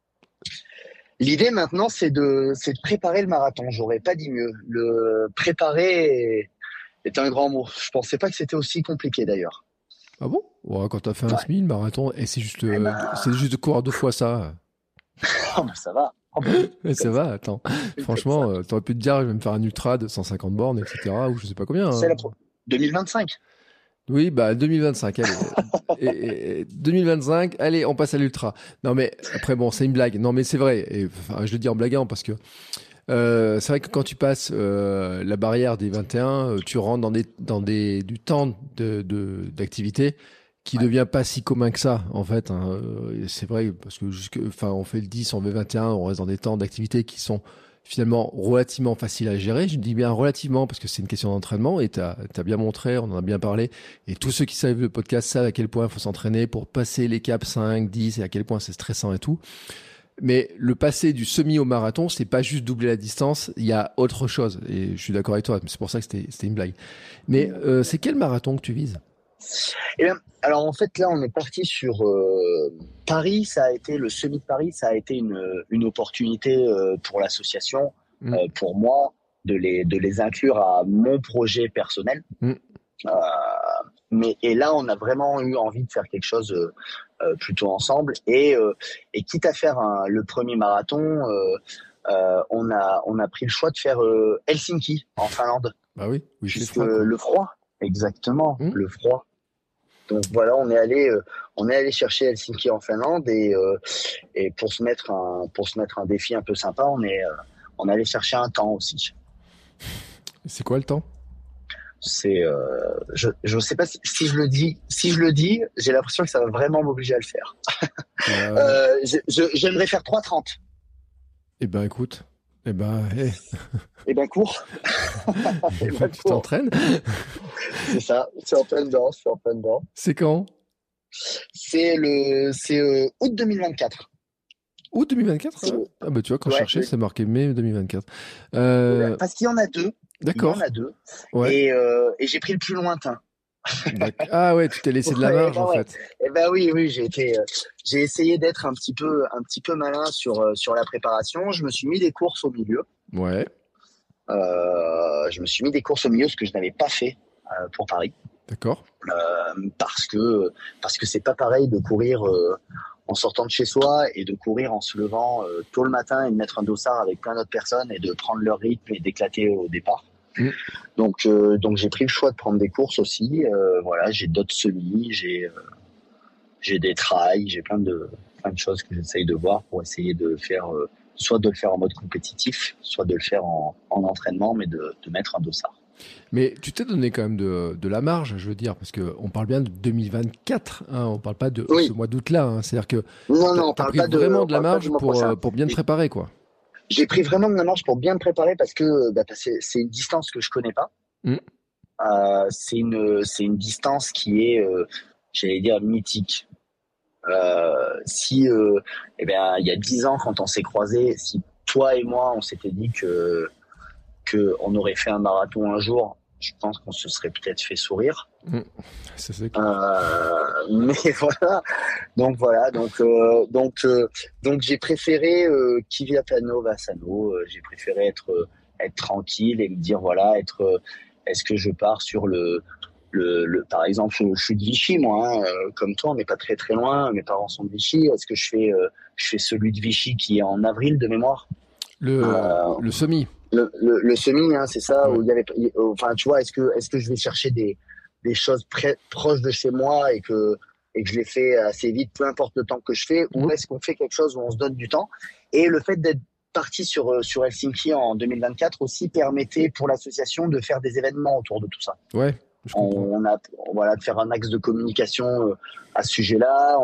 L'idée maintenant c'est de préparer le marathon. J'aurais pas dit mieux. Le préparer est un grand mot. Je pensais pas que c'était aussi compliqué d'ailleurs.
Ah bon? Ouais, quand t'as fait un semi, le marathon, et c'est juste de courir 2 fois ça.
Oh bah ça va.
Ça va, attends. Franchement, t'aurais pu te dire, je vais me faire un ultra de 150 bornes, etc. Ou je sais pas combien.
C'est 2025.
Oui, 2025, allez. et 2025, allez, on passe à l'ultra. Non, mais après, bon, c'est une blague. Non, mais c'est vrai. Et, enfin, je le dis en blaguant parce que c'est vrai que quand tu passes la barrière des 21, tu rentres dans du temps d'activité qui devient pas si commun que ça, en fait. C'est vrai, parce que on fait le 10, on fait 21, on reste dans des temps d'activité qui sont finalement relativement facile à gérer. Je dis bien relativement parce que c'est une question d'entraînement et t'as bien montré, on en a bien parlé. Et tous ceux qui savent le podcast savent à quel point il faut s'entraîner pour passer les caps 5, 10 et à quel point c'est stressant et tout. Mais le passer du semi au marathon, c'est pas juste doubler la distance, il y a autre chose. Et je suis d'accord avec toi, c'est pour ça que c'était une blague. Mais c'est quel marathon que tu vises?
Eh bien, alors en fait là on est parti sur Paris, ça a été le semi de Paris, ça a été une opportunité pour l'association, pour moi, de les inclure à mon projet personnel. Et là on a vraiment eu envie de faire quelque chose plutôt ensemble et quitte à faire le premier marathon, on a pris le choix de faire Helsinki en Finlande.
Bah oui,
puisque le froid, exactement, le froid. Donc voilà, on est allé chercher Helsinki en Finlande et pour se mettre un défi un peu sympa, on est allé chercher un temps aussi.
C'est quoi le temps?
C'est je sais pas si je le dis, j'ai l'impression que ça va vraiment m'obliger à le faire. J'aimerais faire 3:30.
Eh ben écoute,
cours.
Tu t'entraînes?
C'est ça, c'est en plein dedans.
C'est quand?
C'est août 2024.
Août 2024? Ah bah tu vois, quand je cherchais, c'est marqué mai 2024.
Parce qu'il y en a 2.
D'accord.
Il y en a 2.
Ouais.
Et j'ai pris le plus lointain.
Ah ouais, tu t'es laissé de la marge en fait.
Eh ben oui, j'ai essayé d'être un petit peu malin sur la préparation. Je me suis mis des courses au milieu.
Ouais.
Je me suis mis des courses au milieu, ce que je n'avais pas fait pour Paris.
D'accord.
Parce que c'est pas pareil de courir en sortant de chez soi et de courir en se levant tôt le matin et de mettre un dossard avec plein d'autres personnes et de prendre leur rythme et d'éclater au départ. Donc j'ai pris le choix de prendre des courses aussi. Voilà, j'ai d'autres semis, j'ai des trails, j'ai plein de choses que j'essaye de voir pour essayer de faire soit de le faire en mode compétitif, soit de le faire en entraînement, mais de mettre un dossard.
Mais tu t'es donné quand même de la marge, je veux dire, parce qu'on parle bien de 2024, hein, on parle pas de ce mois d'août-là. Hein, c'est-à-dire que t'as pris vraiment de la marge pour bien te préparer, quoi.
J'ai pris vraiment de la marge pour bien me préparer parce que c'est une distance que je connais pas. C'est une distance qui est, j'allais dire, mythique. Il y a 10 ans, quand on s'est croisés, si toi et moi, on s'était dit que on aurait fait un marathon un jour, je pense qu'on se serait peut-être fait sourire.
C'est
mais voilà. Donc j'ai préféré qui via Piano va Sano. J'ai préféré être tranquille et me dire voilà, est-ce que je pars sur par exemple, je suis de Vichy, moi, comme toi, on n'est pas très très loin. Mes parents sont de Vichy. Est-ce que je fais celui de Vichy qui est en avril de mémoire?
Le semi.
Le semi, hein, c'est ça.
Ouais.
Où il y avait, enfin, tu vois, est-ce que je vais chercher des choses proches de chez moi et que je les fais assez vite, peu importe le temps que je fais, ou est-ce qu'on fait quelque chose où on se donne du temps? Et le fait d'être parti sur Helsinki en 2024 aussi permettait pour l'association de faire des événements autour de tout ça.
Ouais.
De faire un axe de communication à ce sujet-là.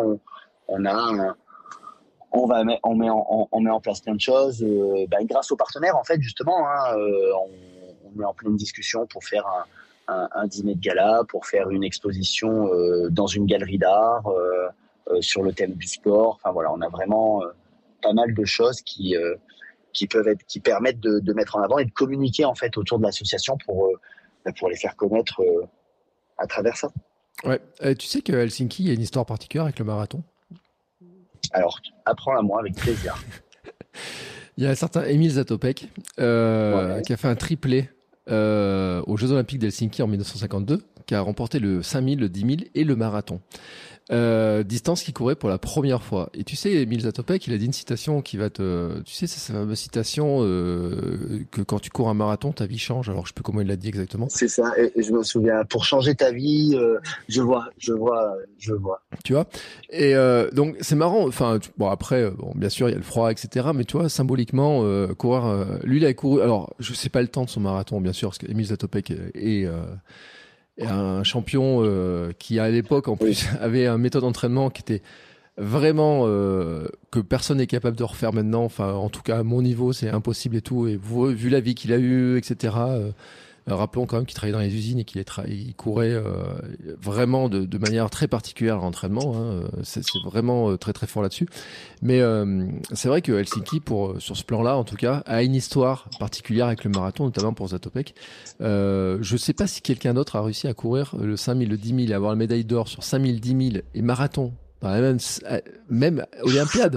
On met en place plein de choses. Grâce aux partenaires, en fait, justement, hein, on est en pleine discussion pour faire un dîner de gala, pour faire une exposition dans une galerie d'art sur le thème du sport. Enfin voilà, on a vraiment pas mal de choses qui permettent de mettre en avant et de communiquer en fait autour de l'association pour les faire connaître à travers ça.
Ouais. Tu sais qu'à Helsinki, il y a une histoire particulière avec le marathon.
Alors, apprends-la moi avec plaisir.
Il y a un certain Emil Zatopek qui a fait un triplé aux Jeux Olympiques d'Helsinki en 1952, qui a remporté le 5000, le 10 000 et le marathon. Distance qu'il courait pour la première fois. Et tu sais, Emil Zatopek, il a dit une citation qui va te... Tu sais, c'est sa fameuse citation que quand tu cours un marathon, ta vie change. Alors, je sais plus comment il l'a dit exactement.
C'est ça, et je me souviens. Pour changer ta vie, je vois.
Tu vois. Et donc, c'est marrant. Enfin, après, bien sûr, il y a le froid, etc. Mais tu vois, symboliquement, courir... lui, il a couru... Alors, je sais pas le temps de son marathon, bien sûr, parce que Emil Zatopek est un champion qui à l'époque en plus avait une méthode d'entraînement qui était vraiment que personne n'est capable de refaire maintenant. Enfin, en tout cas à mon niveau c'est impossible et tout. Et vu la vie qu'il a eue, etc. Rappelons quand même qu'il travaillait dans les usines et il courait vraiment de manière très particulière à l'entraînement. Hein. C'est vraiment très très fort là-dessus. Mais c'est vrai que Helsinki, sur ce plan-là, en tout cas, a une histoire particulière avec le marathon, notamment pour Zatopek. Je sais pas si quelqu'un d'autre a réussi à courir le 5000, le 10 000 et avoir la médaille d'or sur 5000, 10 000 et marathon. Même Olympiade.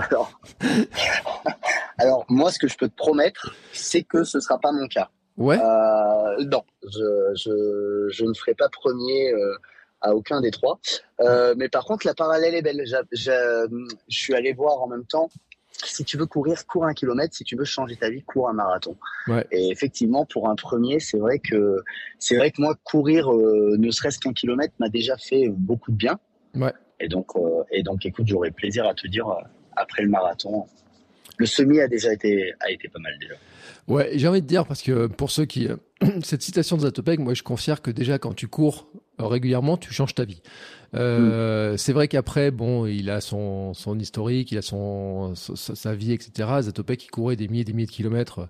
Alors, moi, ce que je peux te promettre, c'est que ce sera pas mon cas.
Ouais.
Non, je ne ferai pas premier à aucun des trois. Mais par contre, la parallèle est belle. Je suis allé voir en même temps. Si tu veux courir, cours 1 kilomètre. Si tu veux changer ta vie, cours un marathon.
Ouais.
Et effectivement, pour un premier, c'est vrai que moi, courir ne serait-ce qu'1 kilomètre m'a déjà fait beaucoup de bien.
Ouais.
Et donc, écoute, j'aurais plaisir à te dire après le marathon. Le semi a été pas mal déjà.
Ouais, j'ai envie de dire, parce que pour ceux qui... cette citation de Zatopek, moi je confirme que déjà quand tu cours régulièrement, tu changes ta vie. C'est vrai qu'après, bon, il a son historique, il a sa vie, etc. Zatopek, il courait des milliers de kilomètres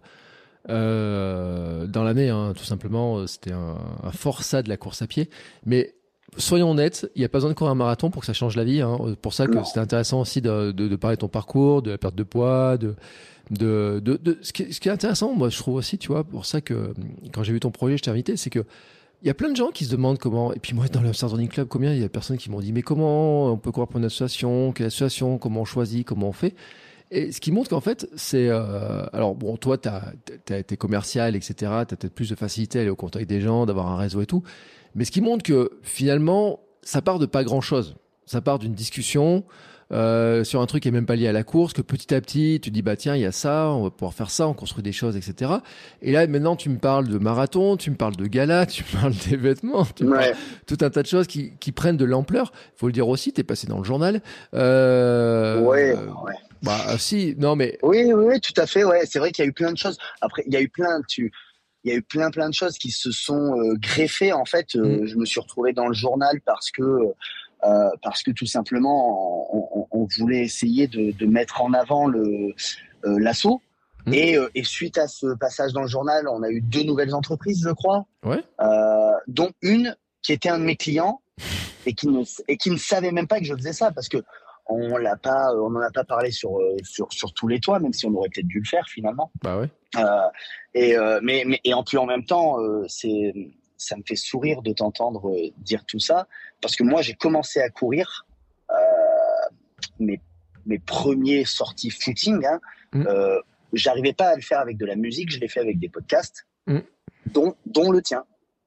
dans l'année, hein, tout simplement. C'était un forçat de la course à pied. Mais soyons honnêtes, il n'y a pas besoin de courir un marathon pour que ça change la vie. Hein. Pour ça que c'était intéressant aussi de parler de ton parcours, de la perte de poids, ce qui est intéressant, moi je trouve aussi, tu vois, pour ça que quand j'ai vu ton projet, je t'ai invité, c'est que il y a plein de gens qui se demandent comment, et puis moi dans le Hamster Running Club, combien il y a de personnes qui m'ont dit mais comment on peut courir pour une association, quelle association, comment on choisit, comment on fait. Et ce qui montre qu'en fait, c'est... alors bon, toi, t'as été commercial, etc. T'as peut-être plus de facilité à aller au contact des gens, d'avoir un réseau et tout. Mais ce qui montre que finalement, ça part de pas grand-chose. Ça part d'une discussion sur un truc qui est même pas lié à la course, que petit à petit, tu dis, bah tiens, il y a ça, on va pouvoir faire ça, on construit des choses, etc. Et là, maintenant, tu me parles de marathon, tu me parles de gala, tu me parles des vêtements, tu me parles tout un tas de choses qui prennent de l'ampleur. Faut le dire aussi, t'es passé dans le journal.
Ouais.
Bah si, non mais...
Oui, tout à fait, ouais. C'est vrai qu'il y a eu plein de choses. Après, il y a eu plein... il y a eu plein de choses qui se sont greffées en fait. Je me suis retrouvé dans le journal parce que tout simplement on voulait essayer de mettre en avant l'assaut. Et suite à ce passage dans le journal, on a eu 2 nouvelles entreprises, je crois, dont une qui était un de mes clients et qui ne savait même pas que je faisais ça, parce que on n'en a pas parlé sur tous les toits, même si on aurait peut-être dû le faire finalement.
Bah ouais.
Mais en même temps, ça me fait sourire de t'entendre dire tout ça, parce que moi j'ai commencé à courir mes premiers sorties footing. J'arrivais pas à le faire avec de la musique, je l'ai fait avec des podcasts, dont le tien.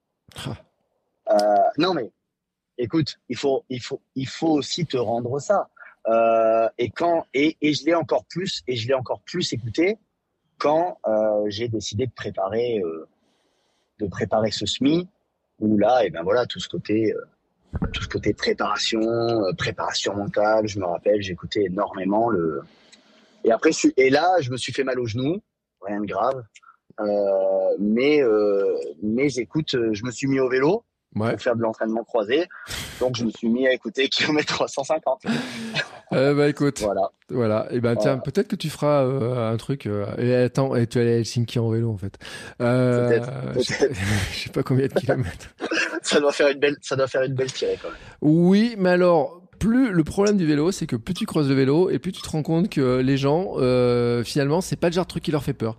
Non mais écoute, il faut aussi te rendre ça. Et je l'ai encore plus écouté quand j'ai décidé de préparer ce SMI, où là, et ben voilà, tout ce côté préparation mentale. Je me rappelle, j'écoutais énormément et là, je me suis fait mal au genou, rien de grave. Mais j'écoute, je me suis mis au vélo pour faire de l'entraînement croisé. Donc, je me suis mis à écouter kilomètre 350.
Bah écoute, voilà. Et ben tiens, peut-être que tu feras un truc. Et attends, et tu es allé à Helsinki en vélo en fait.
Peut-être.
Je sais pas combien de kilomètres.
Ça doit faire une belle tirée quand même.
Oui, mais alors. Le problème du vélo, c'est que plus tu creuses le vélo et plus tu te rends compte que les gens, finalement, c'est pas le genre de truc qui leur fait peur.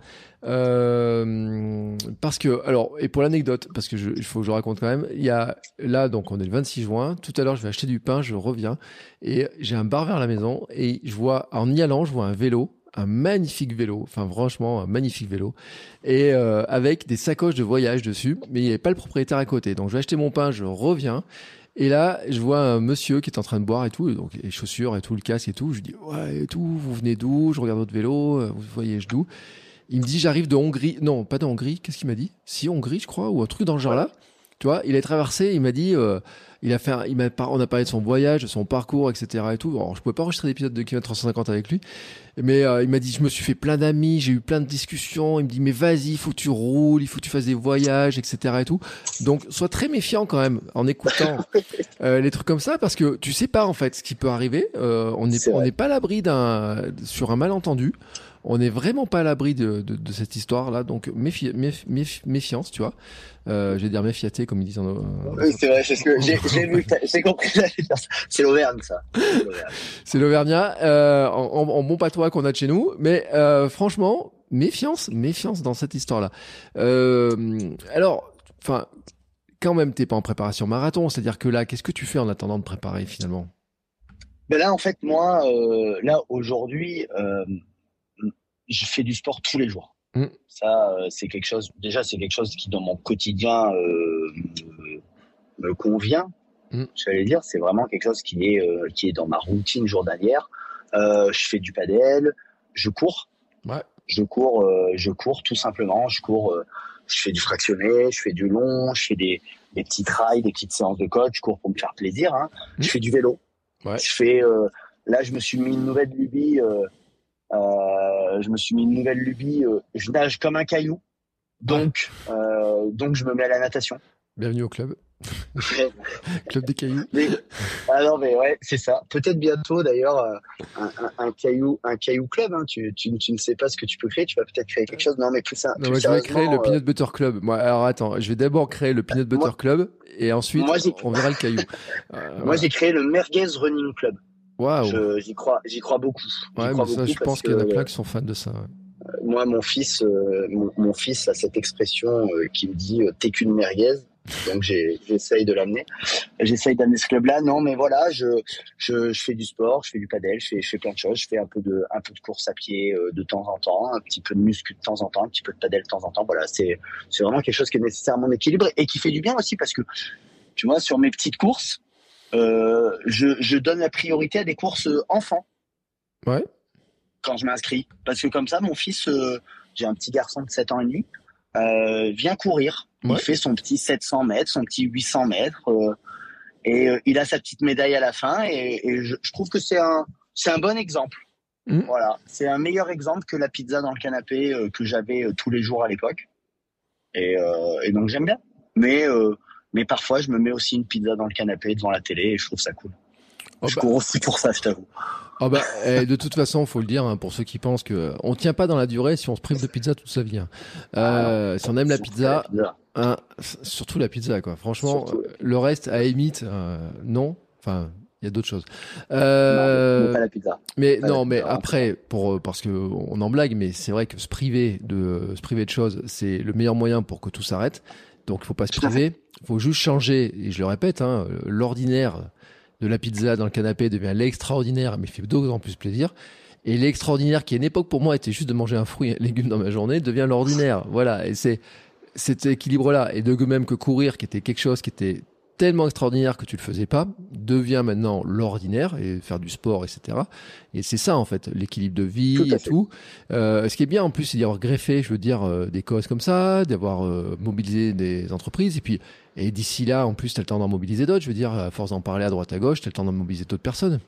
Parce que, alors, et pour l'anecdote, parce que il faut que je raconte quand même, il y a, là, donc, on est le 26 juin, tout à l'heure, je vais acheter du pain, je reviens, et j'ai un bar vers la maison, et en y allant, je vois un vélo, un magnifique vélo, enfin, franchement, un magnifique vélo, et avec des sacoches de voyage dessus, mais il n'y avait pas le propriétaire à côté. Donc, je vais acheter mon pain, je reviens, et là, je vois un monsieur qui est en train de boire et tout, donc les chaussures et tout, le casque et tout. Je lui dis ouais et tout, vous venez d'où? Je regarde votre vélo, vous voyez d'où? Il me dit j'arrive de Hongrie, non pas de Hongrie. Qu'est-ce qu'il m'a dit? Si Hongrie, je crois, ou un truc dans le genre là. Tu vois, il a traversé, il m'a dit, on a parlé de son voyage, de son parcours, etc. et tout. Alors, je pouvais pas enregistrer d'épisode de kilomètre 350 avec lui, mais il m'a dit, je me suis fait plein d'amis, j'ai eu plein de discussions. Il me dit, mais vas-y, il faut que tu roules, il faut que tu fasses des voyages, etc. et tout. Donc, sois très méfiant quand même en écoutant les trucs comme ça, parce que tu sais pas en fait ce qui peut arriver. On n'est pas à l'abri sur un malentendu. On n'est vraiment pas à l'abri de cette histoire-là, donc méfiance, tu vois. Je vais dire méfiaté, comme ils disent en...
Oui, c'est vrai, c'est ce que j'ai compris. C'est l'Auvergne, ça.
C'est l'Auvergnat, en bon patois qu'on a de chez nous. Mais franchement, méfiance dans cette histoire-là. Alors, enfin, quand même, t'es pas en préparation marathon. C'est-à-dire que là, qu'est-ce que tu fais en attendant de préparer, finalement?
Ben là, en fait, moi, là, aujourd'hui... je fais du sport tous les jours. Ça, c'est quelque chose qui dans mon quotidien me convient. J'allais dire, c'est vraiment quelque chose qui est dans ma routine journalière. Je fais du padel, je cours.
Ouais.
Je cours tout simplement. Je fais du fractionné, je fais du long, je fais des petits trails, des petites séances de coach. Je cours pour me faire plaisir. Je fais du vélo.
Ouais.
Là, je me suis mis une nouvelle lubie. Je nage comme un caillou, donc je me mets à la natation.
Bienvenue au club. Club des cailloux.
Non mais ouais, c'est ça. Peut-être bientôt d'ailleurs un caillou club. Tu ne sais pas ce que tu peux créer. Tu vas peut-être créer quelque chose. Non mais plus ça.
Non, moi, je vais créer le Peanut Butter Club. Moi, alors attends, je vais d'abord créer le Peanut Butter Club et ensuite on verra le caillou.
Moi j'ai créé le Merguez Running Club.
Waouh.
J'y crois beaucoup.
Ouais, mais ça, je pense qu'il y en a plein qui sont fans de ça. Ouais.
Moi, mon fils a cette expression qui me dit t'es qu'une merguez. Donc j'essaye de l'amener. J'essaye d'amener ce club-là. Non, mais voilà, je fais du sport, je fais du padel, je fais plein de choses. Je fais un peu de course à pied de temps en temps, un petit peu de muscu de temps en temps, un petit peu de padel de temps en temps. Voilà, c'est vraiment quelque chose qui est nécessaire à mon équilibre et qui fait du bien aussi parce que tu vois, sur mes petites courses. Je donne la priorité à des courses enfants.
Ouais.
Quand je m'inscris. Parce que comme ça, mon fils, j'ai un petit garçon de 7 ans et demi, vient courir. Ouais. Il fait son petit 700 mètres, son petit 800 mètres, et il a sa petite médaille à la fin, et je trouve que c'est un bon exemple. Voilà. C'est un meilleur exemple que la pizza dans le canapé que j'avais tous les jours à l'époque. Et donc j'aime bien. Mais parfois, je me mets aussi une pizza dans le canapé devant la télé et je trouve ça cool. Je cours aussi pour ça, je t'avoue.
De toute façon, faut le dire, hein, pour ceux qui pensent que on tient pas dans la durée si on se prive de pizza toute sa vie. Si on aime la pizza, surtout la pizza, quoi. Franchement, le reste, à limite, non. Enfin, il y a d'autres choses.
Non, mais pas la pizza.
Mais après, parce que on en blague, mais c'est vrai que se priver de choses, c'est le meilleur moyen pour que tout s'arrête. Donc, il faut pas se priver. Il faut juste changer. Et je le répète, hein, l'ordinaire de la pizza dans le canapé devient l'extraordinaire, mais fait d'autant plus plaisir. Et l'extraordinaire, qui à une époque pour moi était juste de manger un fruit et un légume dans ma journée, devient l'ordinaire. Voilà. Et c'est cet équilibre-là. Et de même que courir, qui était quelque chose qui était tellement extraordinaire que tu le faisais pas, devient maintenant l'ordinaire, et faire du sport, etc. Et c'est ça, en fait, l'équilibre de vie et tout. Ce qui est bien, en plus, c'est d'y avoir greffé, je veux dire, des causes comme ça, d'avoir mobilisé des entreprises. Et d'ici là, en plus, t'as le temps d'en mobiliser d'autres. Je veux dire, à force d'en parler à droite à gauche, t'as le temps d'en mobiliser d'autres personnes.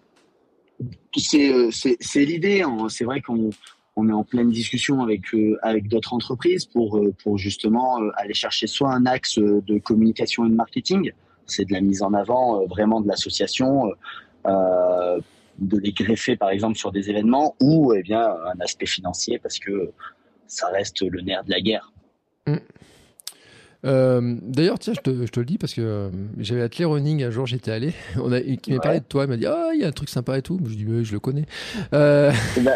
C'est l'idée, hein. C'est vrai qu'on est en pleine discussion avec d'autres entreprises pour justement aller chercher soit un axe de communication et de marketing, c'est de la mise en avant vraiment de l'association, de les greffer par exemple sur des événements, ou eh bien un aspect financier parce que ça reste le nerf de la guerre.
D'ailleurs, tiens, je te le dis parce que j'avais attelé running un jour, j'étais allé, qui m'a parlé de toi, il m'a dit il y a un truc sympa et tout. Je dis mais je le connais.
Eux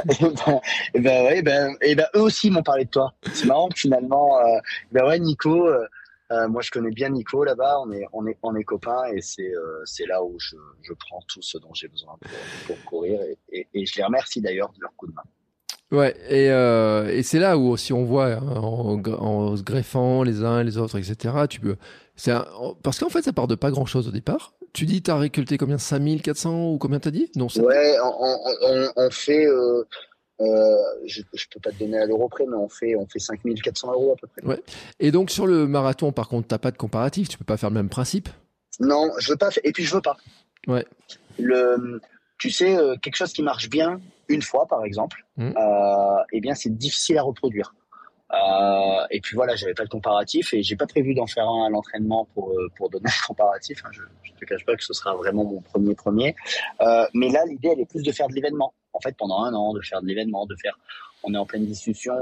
aussi m'ont parlé de toi. C'est marrant que finalement, Nico. Moi, je connais bien Nico là-bas. On est copains et c'est là où je prends tout ce dont j'ai besoin pour courir et je les remercie d'ailleurs de leur coup de main.
Ouais, et c'est là où aussi on voit, hein, en se greffant les uns et les autres, etc. Parce qu'en fait, ça part de pas grand-chose au départ. Tu dis, t'as récolté combien, 5400 ou combien t'as dit? Non,
ouais, on fait. Je peux pas te donner à l'euro près, mais on fait 5400 € à peu près.
Ouais. Et donc sur le marathon, par contre, t'as pas de comparatif, tu peux pas faire le même principe?
Non, je veux pas. Et puis je veux pas.
Ouais.
Tu sais, quelque chose qui marche bien une fois, par exemple, eh bien c'est difficile à reproduire. Et puis voilà, j'avais pas le comparatif et j'ai pas prévu d'en faire un à l'entraînement pour donner le comparatif. Hein. Je te cache pas que ce sera vraiment mon premier. Mais là, l'idée, elle est plus de faire de l'événement. En fait, pendant un an, de faire de l'événement, on est en pleine discussion.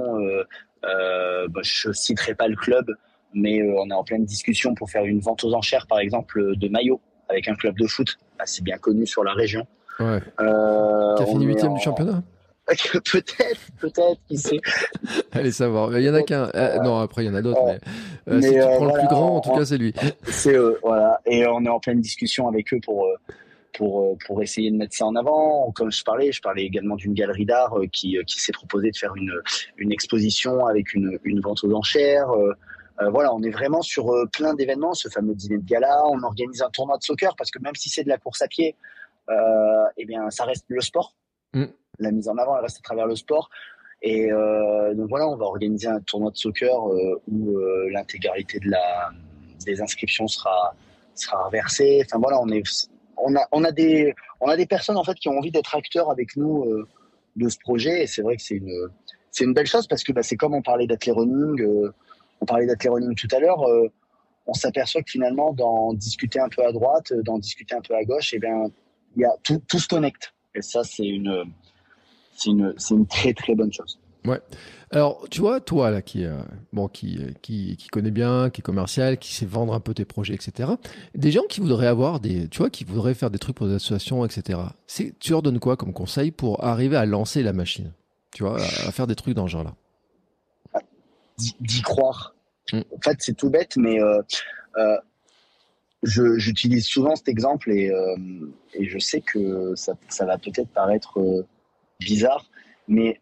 Je citerai pas le club, mais on est en pleine discussion pour faire une vente aux enchères, par exemple, de maillots avec un club de foot assez bien connu sur la région.
Ouais. Qui a fini 8e du championnat?
Peut-être, qui sait.
Allez savoir. Il y en a qu'un. Non, après il y en a d'autres. Mais si tu prends le plus grand, en tout cas, c'est lui.
C'est voilà. Et on est en pleine discussion avec eux pour essayer de mettre ça en avant. Comme je parlais également d'une galerie d'art qui s'est proposé de faire une exposition avec une vente aux enchères. Voilà, on est vraiment sur plein d'événements. Ce fameux dîner de gala. On organise un tournoi de soccer parce que même si c'est de la course à pied, eh bien, ça reste le sport. La mise en avant, elle reste à travers le sport. Et donc voilà, on va organiser un tournoi de soccer où l'intégralité des inscriptions sera reversée. Enfin voilà, on a des personnes en fait qui ont envie d'être acteurs avec nous de ce projet. Et c'est vrai que c'est une belle chose parce que c'est comme on parlait d'athlé running. On parlait d'athlé running tout à l'heure. On s'aperçoit que finalement, d'en discuter un peu à droite, d'en discuter un peu à gauche, eh bien, il y a tout se connecte. Et ça, c'est une très très bonne chose.
Ouais. Alors, tu vois, toi là, qui connaît bien, qui est commercial, qui sait vendre un peu tes projets, etc. Des gens qui voudraient qui voudraient faire des trucs pour des associations, etc. Tu leur donnes quoi comme conseil pour arriver à lancer la machine? Tu vois, à faire des trucs dans ce genre-là.
D'y croire. En fait, c'est tout bête, mais j'utilise souvent cet exemple et je sais que ça va peut-être paraître bizarre, mais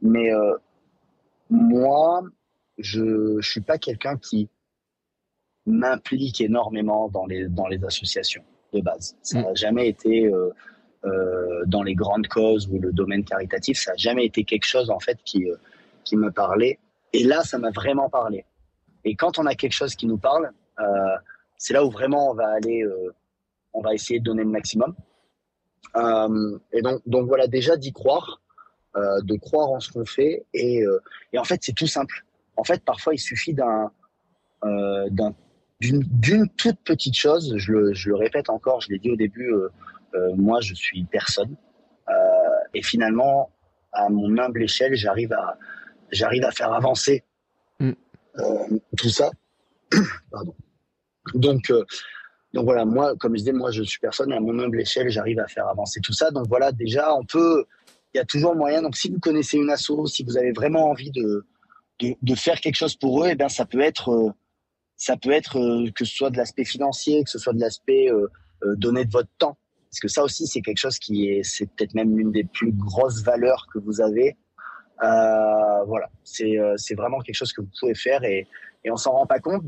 moi, je suis pas quelqu'un qui m'implique énormément dans les associations de base. Ça n'a jamais été dans les grandes causes ou le domaine caritatif, ça n'a jamais été quelque chose en fait qui me parlait. Et là, ça m'a vraiment parlé. Et quand on a quelque chose qui nous parle, c'est là où vraiment on va essayer de donner le maximum. Et donc voilà, déjà d'y croire, de croire en ce qu'on fait. Et en fait, c'est tout simple. En fait, parfois, il suffit d'un d'une toute petite chose. Je le répète encore, je l'ai dit au début, moi je suis personne. Et finalement, à mon humble échelle, j'arrive à faire avancer tout ça. Pardon. Donc voilà, moi, comme je disais, moi je suis personne, et à mon humble échelle, j'arrive à faire avancer tout ça. Donc voilà, déjà, il y a toujours moyen. Donc si vous connaissez une asso, si vous avez vraiment envie de faire quelque chose pour eux, eh ben ça peut être que ce soit de l'aspect financier, que ce soit de l'aspect donner de votre temps. Parce que ça aussi, c'est quelque chose c'est peut-être même l'une des plus grosses valeurs que vous avez. Voilà, c'est vraiment quelque chose que vous pouvez faire et on s'en rend pas compte,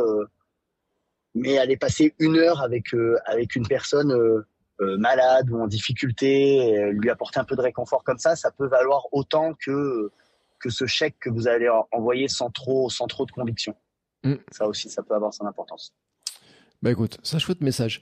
mais aller passer 1 heure avec une personne malade ou en difficulté, lui apporter un peu de réconfort comme ça peut valoir autant que ce chèque que vous allez envoyer sans trop de conviction. Ça aussi, ça peut avoir son importance.
Bah écoute, c'est un chouette message.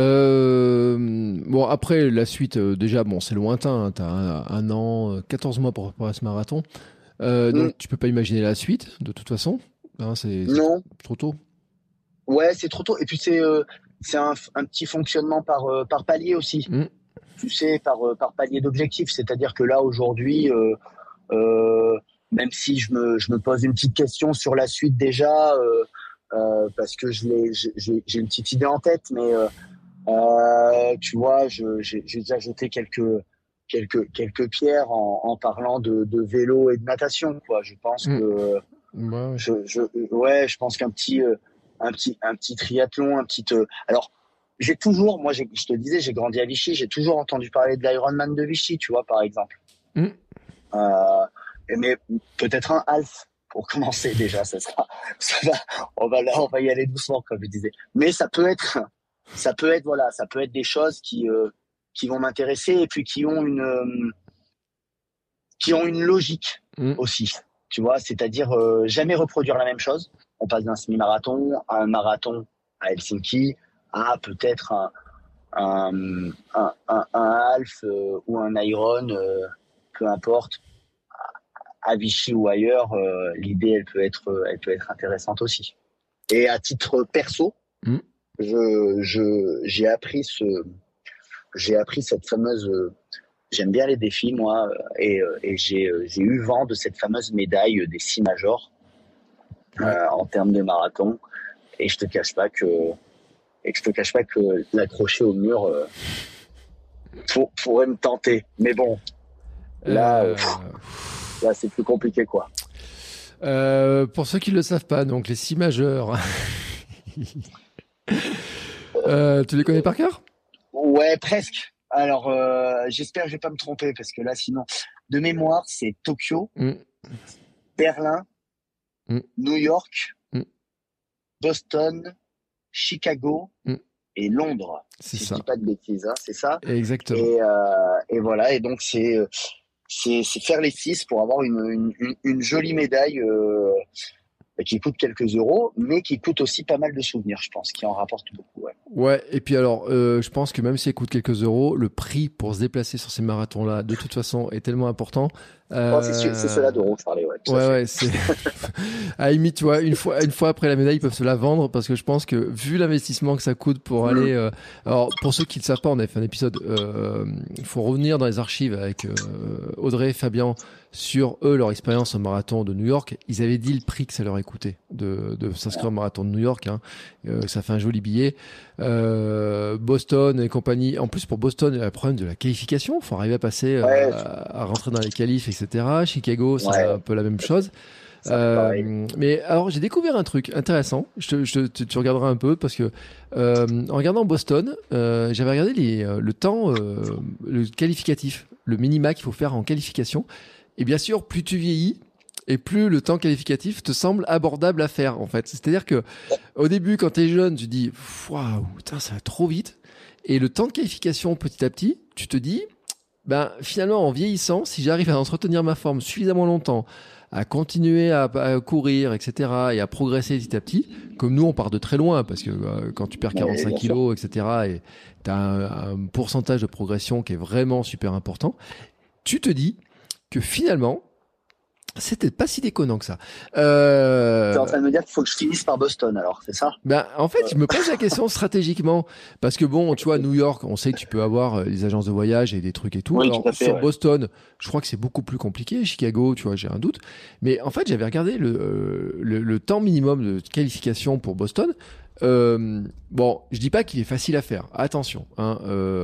Bon, après, la suite, déjà, bon, c'est lointain. Hein, t'as un an, 14 mois pour préparer ce marathon. Donc, tu peux pas imaginer la suite, de toute façon. Hein, c'est trop tôt.
Ouais, c'est trop tôt. Et puis, c'est un petit fonctionnement par palier aussi. Tu sais, par palier d'objectifs. C'est-à-dire que là, aujourd'hui, même si je me pose une petite question sur la suite déjà, parce que j'ai une petite idée en tête, mais tu vois, j'ai déjà jeté quelques pierres en parlant de vélo et de natation, quoi. Je pense que je pense qu'un petit triathlon, alors j'ai toujours, moi je te disais, j'ai grandi à Vichy, j'ai toujours entendu parler de l'Ironman de Vichy, tu vois, par exemple. Mais peut-être un half pour commencer déjà, on va y aller doucement, comme je disais. Mais ça peut être des choses qui vont m'intéresser et puis qui ont une logique aussi, tu vois, c'est-à-dire jamais reproduire la même chose. On passe d'un semi-marathon à un marathon à Helsinki à peut-être un half ou un iron, peu importe. À Vichy ou ailleurs, l'idée elle peut être intéressante aussi. Et à titre perso, j'ai appris cette fameuse. J'aime bien les défis moi, et j'ai eu vent de cette fameuse médaille des 6 majors en termes de marathon. Et je te cache pas que l'accrocher au mur pourrait me tenter. Mais bon, là. Là, c'est plus compliqué, quoi.
Pour ceux qui ne le savent pas, donc les 6 majeurs, tu les connais par cœur ?
Ouais, presque. Alors, j'espère que je vais pas me tromper parce que là, sinon, de mémoire, c'est Tokyo, Berlin, New York, Boston, Chicago et Londres.
C'est
si
ça.
Je dis pas de bêtises, hein, c'est ça.
Exactement.
Et voilà. Et donc c'est faire les 6 pour avoir une jolie médaille qui coûte quelques euros, mais qui coûte aussi pas mal de souvenirs, je pense, qui en rapporte beaucoup.
Ouais, et puis alors, je pense que même si elle coûte quelques euros, le prix pour se déplacer sur ces marathons-là, de toute façon, est tellement important.
C'est cela d'euros, Charlie.
Ouais, c'est. À la limite, tu vois, une fois après la médaille, ils peuvent se la vendre parce que je pense que vu l'investissement que ça coûte pour aller. Alors, pour ceux qui ne le savent pas, on avait fait un épisode. Il faut revenir dans les archives avec Audrey et Fabien sur leur expérience au marathon de New York. Ils avaient dit le prix que ça leur a coûté de s'inscrire au marathon de New York. Hein. Ça fait un joli billet. Boston et compagnie. En plus, pour Boston, il y a le problème de la qualification. Il faut arriver à passer, à rentrer dans les qualifs, etc. Chicago, c'est un peu la même chose. Mais alors, j'ai découvert un truc intéressant. Tu regarderas un peu parce que en regardant Boston, j'avais regardé le temps, le qualificatif, le minima qu'il faut faire en qualification. Et bien sûr, plus tu vieillis, et plus le temps qualificatif te semble abordable à faire, en fait. C'est-à-dire que au début, quand t'es jeune, tu dis waouh, putain, ça va trop vite. Et le temps de qualification, petit à petit, tu te dis, ben finalement, en vieillissant, si j'arrive à entretenir ma forme suffisamment longtemps, à continuer à courir, etc., et à progresser petit à petit, comme nous, on part de très loin, parce que quand tu perds 45 kilos, etc., et t'as un pourcentage de progression qui est vraiment super important, tu te dis que finalement, c'était pas si déconnant que ça.
T'es en train de me dire qu'il faut que je finisse par Boston, alors, c'est ça?
Ben, en fait, je me pose la question stratégiquement. Parce que bon, tu vois, New York, on sait que tu peux avoir les agences de voyage et des trucs et tout.
Oui,
Alors,
tout à fait,
sur
ouais.
Boston, je crois que c'est beaucoup plus compliqué. Chicago, tu vois, j'ai un doute. Mais en fait, j'avais regardé le temps minimum de qualification pour Boston. Bon, je dis pas qu'il est facile à faire. Attention, hein,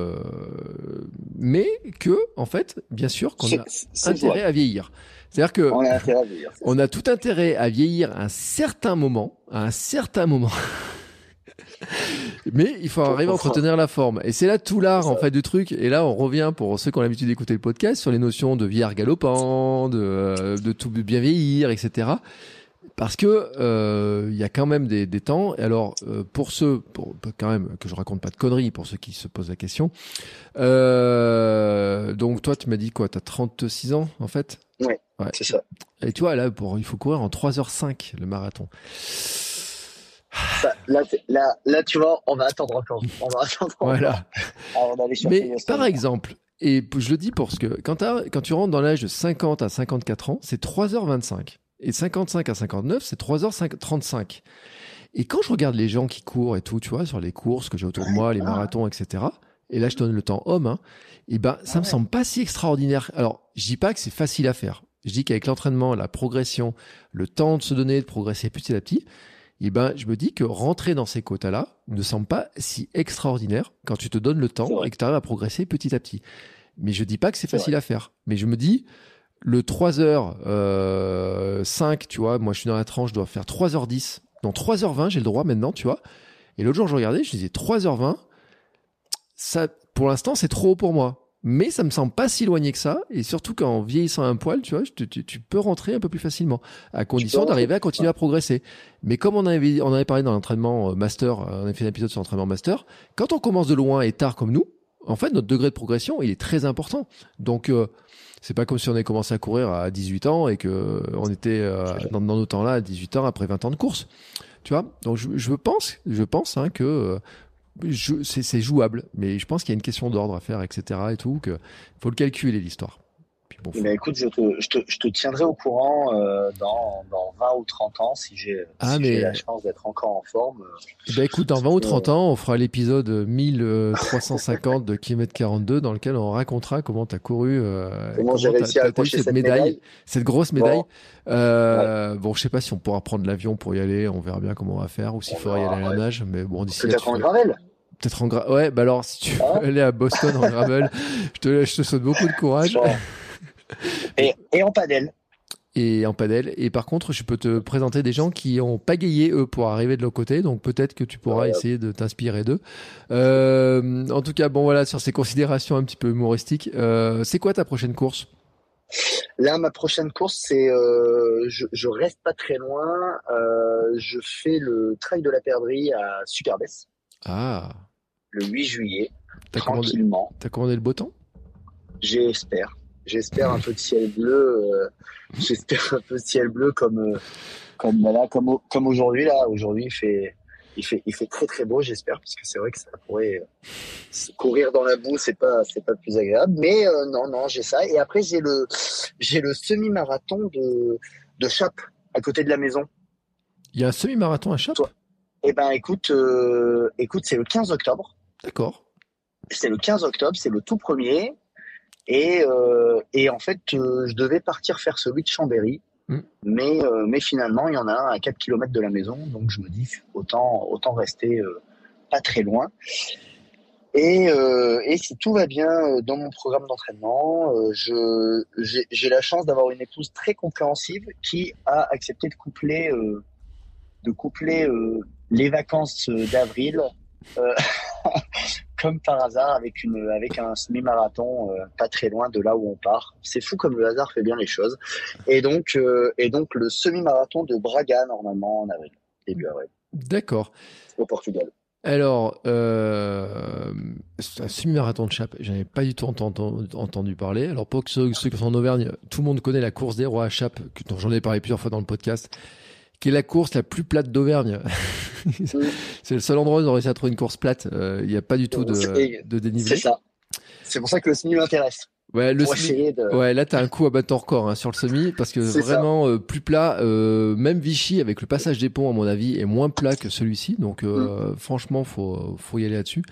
mais que, en fait, bien sûr, qu'on a
C'est
intérêt à vieillir. C'est-à-dire que
On a intérêt à vieillir.
on a tout intérêt à vieillir à un certain moment, mais il faut arriver à entretenir la forme. Et c'est là tout l'art, en fait, du truc. Et là, on revient, pour ceux qui ont l'habitude d'écouter le podcast, sur les notions de vieillard galopant, de tout bien vieillir, etc. Parce que il y a quand même des temps. Et alors, pour quand même que je raconte pas de conneries, pour ceux qui se posent la question. Donc toi, tu m'as dit quoi? T'as 36 ans, en fait?
Ouais, c'est ça.
Et tu vois, là, il faut courir en 3h05, le marathon.
Là, tu vois, on va attendre encore.
Voilà.
Avant d'aller chercher
Mais par exemple, et je le dis parce que quand tu rentres dans l'âge de 50 à 54 ans, c'est 3h25. Et 55 à 59, c'est 3h35. Et quand je regarde les gens qui courent et tout, tu vois, sur les courses que j'ai autour de moi, les marathons, etc. Et là, je te donne le temps homme, hein, et ben, ça me semble pas si extraordinaire. Alors, je dis pas que c'est facile à faire. Je dis qu'avec l'entraînement, la progression, le temps de se donner, de progresser petit à petit, et ben, je me dis que rentrer dans ces quotas-là ne semble pas si extraordinaire quand tu te donnes le temps et que tu arrives à progresser petit à petit. Mais je dis pas que c'est facile à faire. Mais je me dis, le 3h5, tu vois, moi je suis dans la tranche, je dois faire 3h10. Non, 3h20, j'ai le droit maintenant, tu vois. Et l'autre jour, je regardais, je disais 3h20. Ça, pour l'instant, c'est trop haut pour moi. Mais ça me semble pas si éloigné que ça. Et surtout qu'en vieillissant un poil, tu vois, tu peux rentrer un peu plus facilement, à condition d'arriver à continuer à progresser. Mais comme on avait parlé dans l'entraînement master, on avait fait un épisode sur l'entraînement master, quand on commence de loin et tard comme nous, en fait, notre degré de progression, il est très important. Donc, c'est pas comme si on avait commencé à courir à 18 ans et que on était dans nos temps-là à 18 ans après 20 ans de course. Tu vois? Donc, je pense hein, que c'est jouable, mais je pense qu'il y a une question d'ordre à faire, etc. et tout, que faut le calculer, l'histoire. Puis bon,
Mais écoute, je te tiendrai au courant dans 20 ou 30 ans si j'ai la chance d'être encore en forme.
Ben écoute, dans 20 ou 30 ans, on fera l'épisode 1350 de Kilomètre 42 dans lequel on racontera comment tu as couru,
comment j'ai réussi à accrocher cette médaille.
Cette grosse médaille.
Bon.
Bon, je sais pas si on pourra prendre l'avion pour y aller, on verra bien comment on va faire, ou s'il faudra y aller à la nage, mais bon, d'ici là.
Peut-être en gravel.
Peut-être en gravel. Ouais, bah alors, si tu veux aller à Boston en gravel, je te souhaite beaucoup de courage.
Et en padel.
Et en padel. Et par contre, je peux te présenter des gens qui ont pagayé, eux, pour arriver de l'autre côté. Donc, peut-être que tu pourras essayer de t'inspirer d'eux. En tout cas, bon, voilà, sur ces considérations un petit peu humoristiques. C'est quoi ta prochaine course?
Là, ma prochaine course, c'est, je reste pas très loin. Je fais le Trail de la Perdrix à Superbès.
Ah.
Le 8 juillet.
Tranquillement. T'as commandé le beau temps?
J'espère un peu de ciel bleu. J'espère un peu de ciel bleu comme aujourd'hui là. Aujourd'hui, il fait très très beau. J'espère parce que c'est vrai que ça pourrait courir dans la boue, c'est pas plus agréable. Mais non, j'ai ça. Et après j'ai le semi-marathon de Chappes à côté de la maison.
Il y a un semi-marathon à Chappes?
Eh ben écoute, c'est le 15 octobre.
D'accord.
C'est le 15 octobre, c'est le tout premier. Et en fait, je devais partir faire celui de Chambéry, mais finalement, il y en a un à 4 km de la maison, donc je me dis autant rester pas très loin. Et si tout va bien dans mon programme d'entraînement, j'ai la chance d'avoir une épouse très compréhensive qui a accepté de coupler les vacances d'avril comme par hasard avec un semi-marathon pas très loin de là où on part. C'est fou comme le hasard fait bien les choses. Et donc le semi-marathon de Braga normalement en avril, début avril.
D'accord.
Au Portugal.
Alors, un semi-marathon de Chappes, j'en avais pas du tout entendu parler. Alors pour ceux qui sont en Auvergne, tout le monde connaît la course des rois à Chappes, dont j'en ai parlé plusieurs fois dans le podcast, qui est la course la plus plate d'Auvergne. C'est le seul endroit où on réussi à trouver une course plate. Il n'y a pas du tout de dénivelé.
C'est ça. C'est pour ça que le semi m'intéresse.
Ouais,
pour essayer de...
Ouais, là, t'as un coup à battre ton record hein, sur le semi, parce que vraiment plus plat. Même Vichy, avec le passage des ponts, à mon avis, est moins plat que celui-ci. Donc, franchement, faut y aller là-dessus.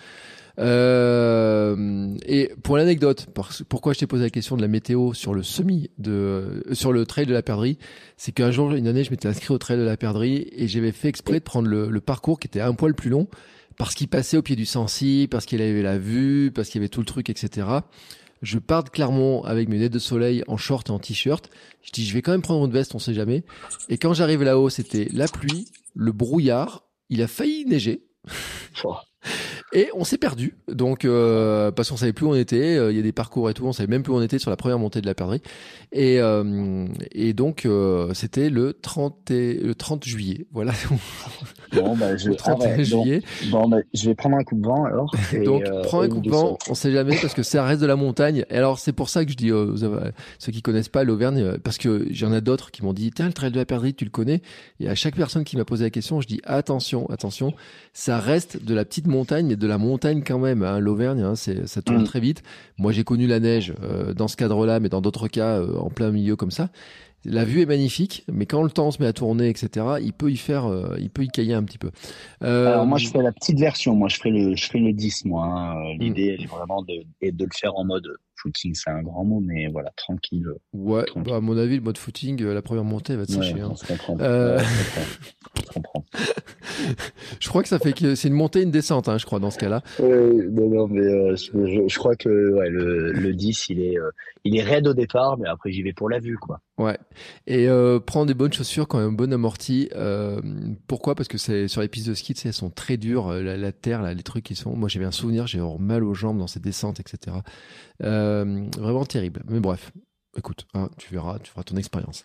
Et pour l'anecdote, pourquoi je t'ai posé la question de la météo sur le sur le trail de la Perdrix, c'est qu'un jour, une année, je m'étais inscrit au trail de la Perdrix et j'avais fait exprès de prendre le parcours qui était un poil plus long parce qu'il passait au pied du Sancy, parce qu'il avait la vue, parce qu'il y avait tout le truc, etc. Je pars de Clermont avec mes lunettes de soleil en short et en t-shirt. Je dis, je vais quand même prendre une veste, on sait jamais. Et quand j'arrive là-haut, c'était la pluie, le brouillard. Il a failli neiger. Et on s'est perdu. Donc, parce qu'on savait plus où on était. Il y a des parcours et tout. On savait même plus où on était sur la première montée de la Perdrix. Et donc, c'était le 30 juillet. Voilà.
Bon, bah,
le 31 juillet.
Je vais prendre un coup de vent, alors.
Donc, prends un coup de vent. On sait jamais parce que ça reste de la montagne. Et alors, c'est pour ça que je dis, ceux qui connaissent pas l'Auvergne, parce que j'en ai d'autres qui m'ont dit, tiens, le trail de la Perdrix, tu le connais. Et à chaque personne qui m'a posé la question, je dis, attention, ça reste de la petite montagne, mais de la montagne quand même. Hein. L'Auvergne, hein, ça tourne très vite. Moi, j'ai connu la neige dans ce cadre-là, mais dans d'autres cas, en plein milieu comme ça. La vue est magnifique, mais quand le temps se met à tourner, etc., il peut y cailler un petit peu.
Alors moi, je fais la petite version. Moi, je ferai le 10, moi. Hein. L'idée, elle est vraiment de le faire en mode footing. C'est un grand mot, mais voilà, tranquille.
Ouais,
tranquille.
Bah, à mon avis, le mode footing, la première montée, elle va te sécher. Hein.
Je comprends.
Je crois que c'est une montée, une descente, hein, je crois, dans ce cas-là.
Non, mais je crois que le 10, il est raide au départ, mais après, j'y vais pour la vue, quoi.
Ouais. Et prends des bonnes chaussures quand même, bonne amorti. Pourquoi ? Parce que c'est sur les pistes de ski, tu sais, elles sont très dures. La terre, là, les trucs qui sont. Moi, j'avais un souvenir, j'ai avoir mal aux jambes dans ces descentes, etc. Vraiment terrible. Mais bref, écoute, hein, tu verras, tu feras ton expérience.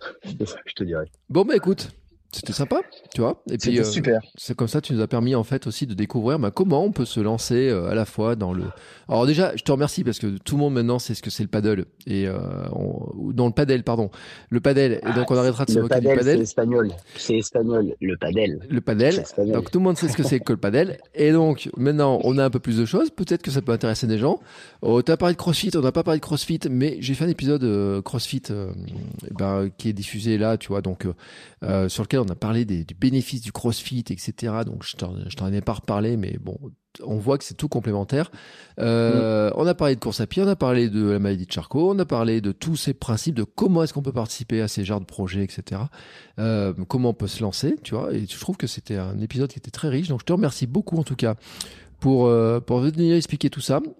Je te dirai.
Bon, bah écoute. C'était sympa, tu vois. Et puis,
super.
C'est comme ça, tu nous as permis en fait aussi de découvrir comment on peut se lancer à la fois dans le. Alors déjà, je te remercie parce que tout le monde maintenant sait ce que c'est le paddle et dans le padel, pardon, le padel. Et donc on arrêtera de se moquer du padel.
C'est espagnol, le padel.
Le padel. Donc tout le monde sait ce que c'est que le padel. Et donc maintenant, on a un peu plus de choses. Peut-être que ça peut intéresser des gens. T'as parlé de CrossFit, on n'a pas parlé de CrossFit, mais j'ai fait un épisode CrossFit qui est diffusé là, tu vois, donc sur lequel on a parlé du bénéfice du CrossFit, etc. Donc je t'en ai pas reparlé, mais bon, on voit que c'est tout complémentaire. On a parlé de course à pied, on a parlé de la maladie de Charcot, on a parlé de tous ces principes, de comment est-ce qu'on peut participer à ces genres de projets, etc. Comment on peut se lancer, tu vois. Et je trouve que c'était un épisode qui était très riche. Donc je te remercie beaucoup en tout cas pour venir expliquer tout ça.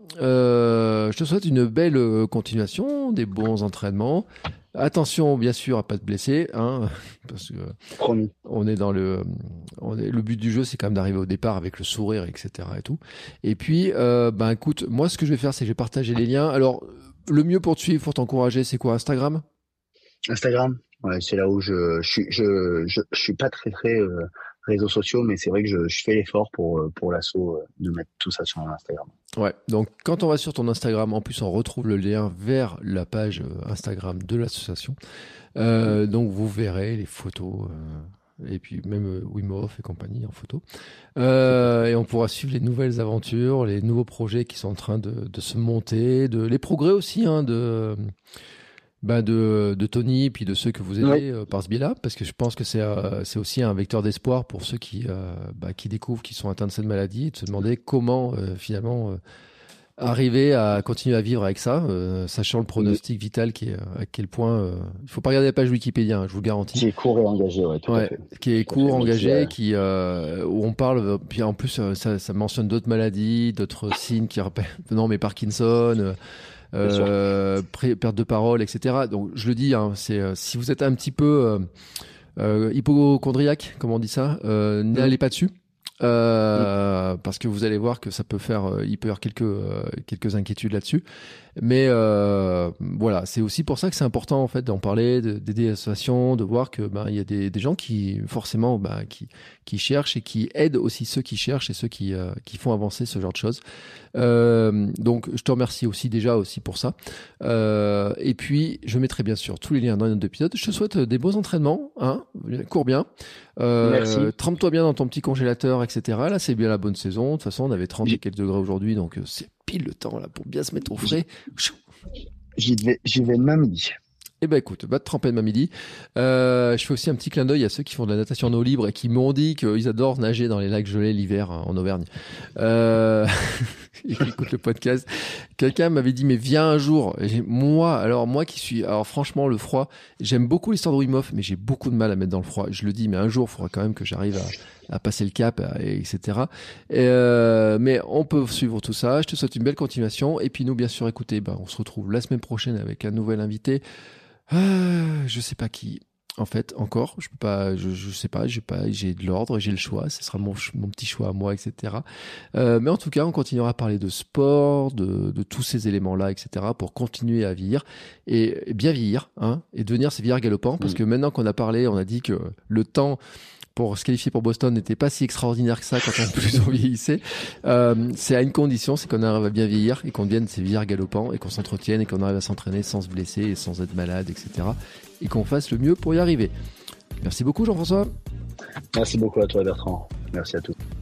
Je te souhaite une belle continuation, des bons entraînements. Attention, bien sûr, à pas te blesser, hein, parce que on est dans le but du jeu, c'est quand même d'arriver au départ avec le sourire, etc. et tout. Et puis, écoute, moi, ce que je vais faire, c'est que je vais partager les liens. Alors, le mieux pour te suivre, pour t'encourager, c'est quoi, Instagram ?
Instagram, ouais, c'est là où je suis pas très réseaux sociaux, mais c'est vrai que je fais l'effort pour l'assaut de mettre tout ça sur mon Instagram.
Ouais, donc quand on va sur ton Instagram, en plus on retrouve le lien vers la page Instagram de l'association. Donc vous verrez les photos et puis même Wim Hof et compagnie en photo. Et on pourra suivre les nouvelles aventures, les nouveaux projets qui sont en train de se monter, les progrès aussi hein, de Tony, puis de ceux que vous aidez par ce biais-là, parce que je pense que c'est aussi un vecteur d'espoir pour ceux qui découvrent qu'ils sont atteints de cette maladie, et de se demander comment finalement arriver à continuer à vivre avec ça, sachant le pronostic vital qui est à quel point il faut pas regarder la page Wikipédia, hein, je vous le garantis.
Qui est court et engagé, tout à fait.
Qui est court, engagé, où on parle, puis en plus ça mentionne d'autres maladies, d'autres signes qui rappellent, mais Parkinson. Perte de parole, etc. Donc je le dis, hein, c'est si vous êtes un petit peu hypochondriaque, comme on dit ça, n'allez pas dessus. Parce que vous allez voir que ça peut faire, il peut y avoir quelques inquiétudes là-dessus. Mais voilà, c'est aussi pour ça que c'est important en fait d'en parler, d'aider l'association, de voir que il y a des gens qui forcément qui cherchent et qui aident aussi ceux qui cherchent et ceux qui font avancer ce genre de choses. Donc je te remercie aussi pour ça. Et puis je mettrai bien sûr tous les liens dans les notes d'épisode. Je te souhaite des beaux entraînements, hein, cours bien.
Merci.
Trempe-toi bien dans ton petit congélateur, etc. Là, c'est bien la bonne saison. De toute façon, on avait 30 et quelques degrés aujourd'hui, donc c'est pile le temps là pour bien se mettre au frais.
J'y vais demain midi.
Eh ben écoute, va te tremper demain midi. Je fais aussi un petit clin d'œil à ceux qui font de la natation en eau libre et qui m'ont dit qu'ils adorent nager dans les lacs gelés l'hiver en Auvergne. Et qui écoutent le podcast. Quelqu'un m'avait dit mais viens un jour. Moi qui suis, alors franchement le froid, j'aime beaucoup l'histoire de Wim Hof, mais j'ai beaucoup de mal à mettre dans le froid. Je le dis, mais un jour il faudra quand même que j'arrive à passer le cap, etc. Mais on peut suivre tout ça. Je te souhaite une belle continuation. Et puis nous, bien sûr, écoutez, on se retrouve la semaine prochaine avec un nouvel invité. Je sais pas qui. En fait, encore, je peux pas, je sais pas, j'ai de l'ordre, j'ai le choix, ce sera mon petit choix à moi, etc. Mais en tout cas, on continuera à parler de sport, de tous ces éléments-là, etc. pour continuer à vieillir et bien vieillir, hein, et devenir ces vieillards galopants, parce que maintenant qu'on a parlé, on a dit que le temps pour se qualifier pour Boston n'était pas si extraordinaire que ça quand on vieillissait. C'est à une condition, c'est qu'on arrive à bien vieillir et qu'on devienne ces vieillards galopants et qu'on s'entretienne et qu'on arrive à s'entraîner sans se blesser et sans être malade, etc. Et qu'on fasse le mieux pour y arriver. Merci beaucoup Jean-François.
Merci beaucoup à toi Bertrand. Merci à tous.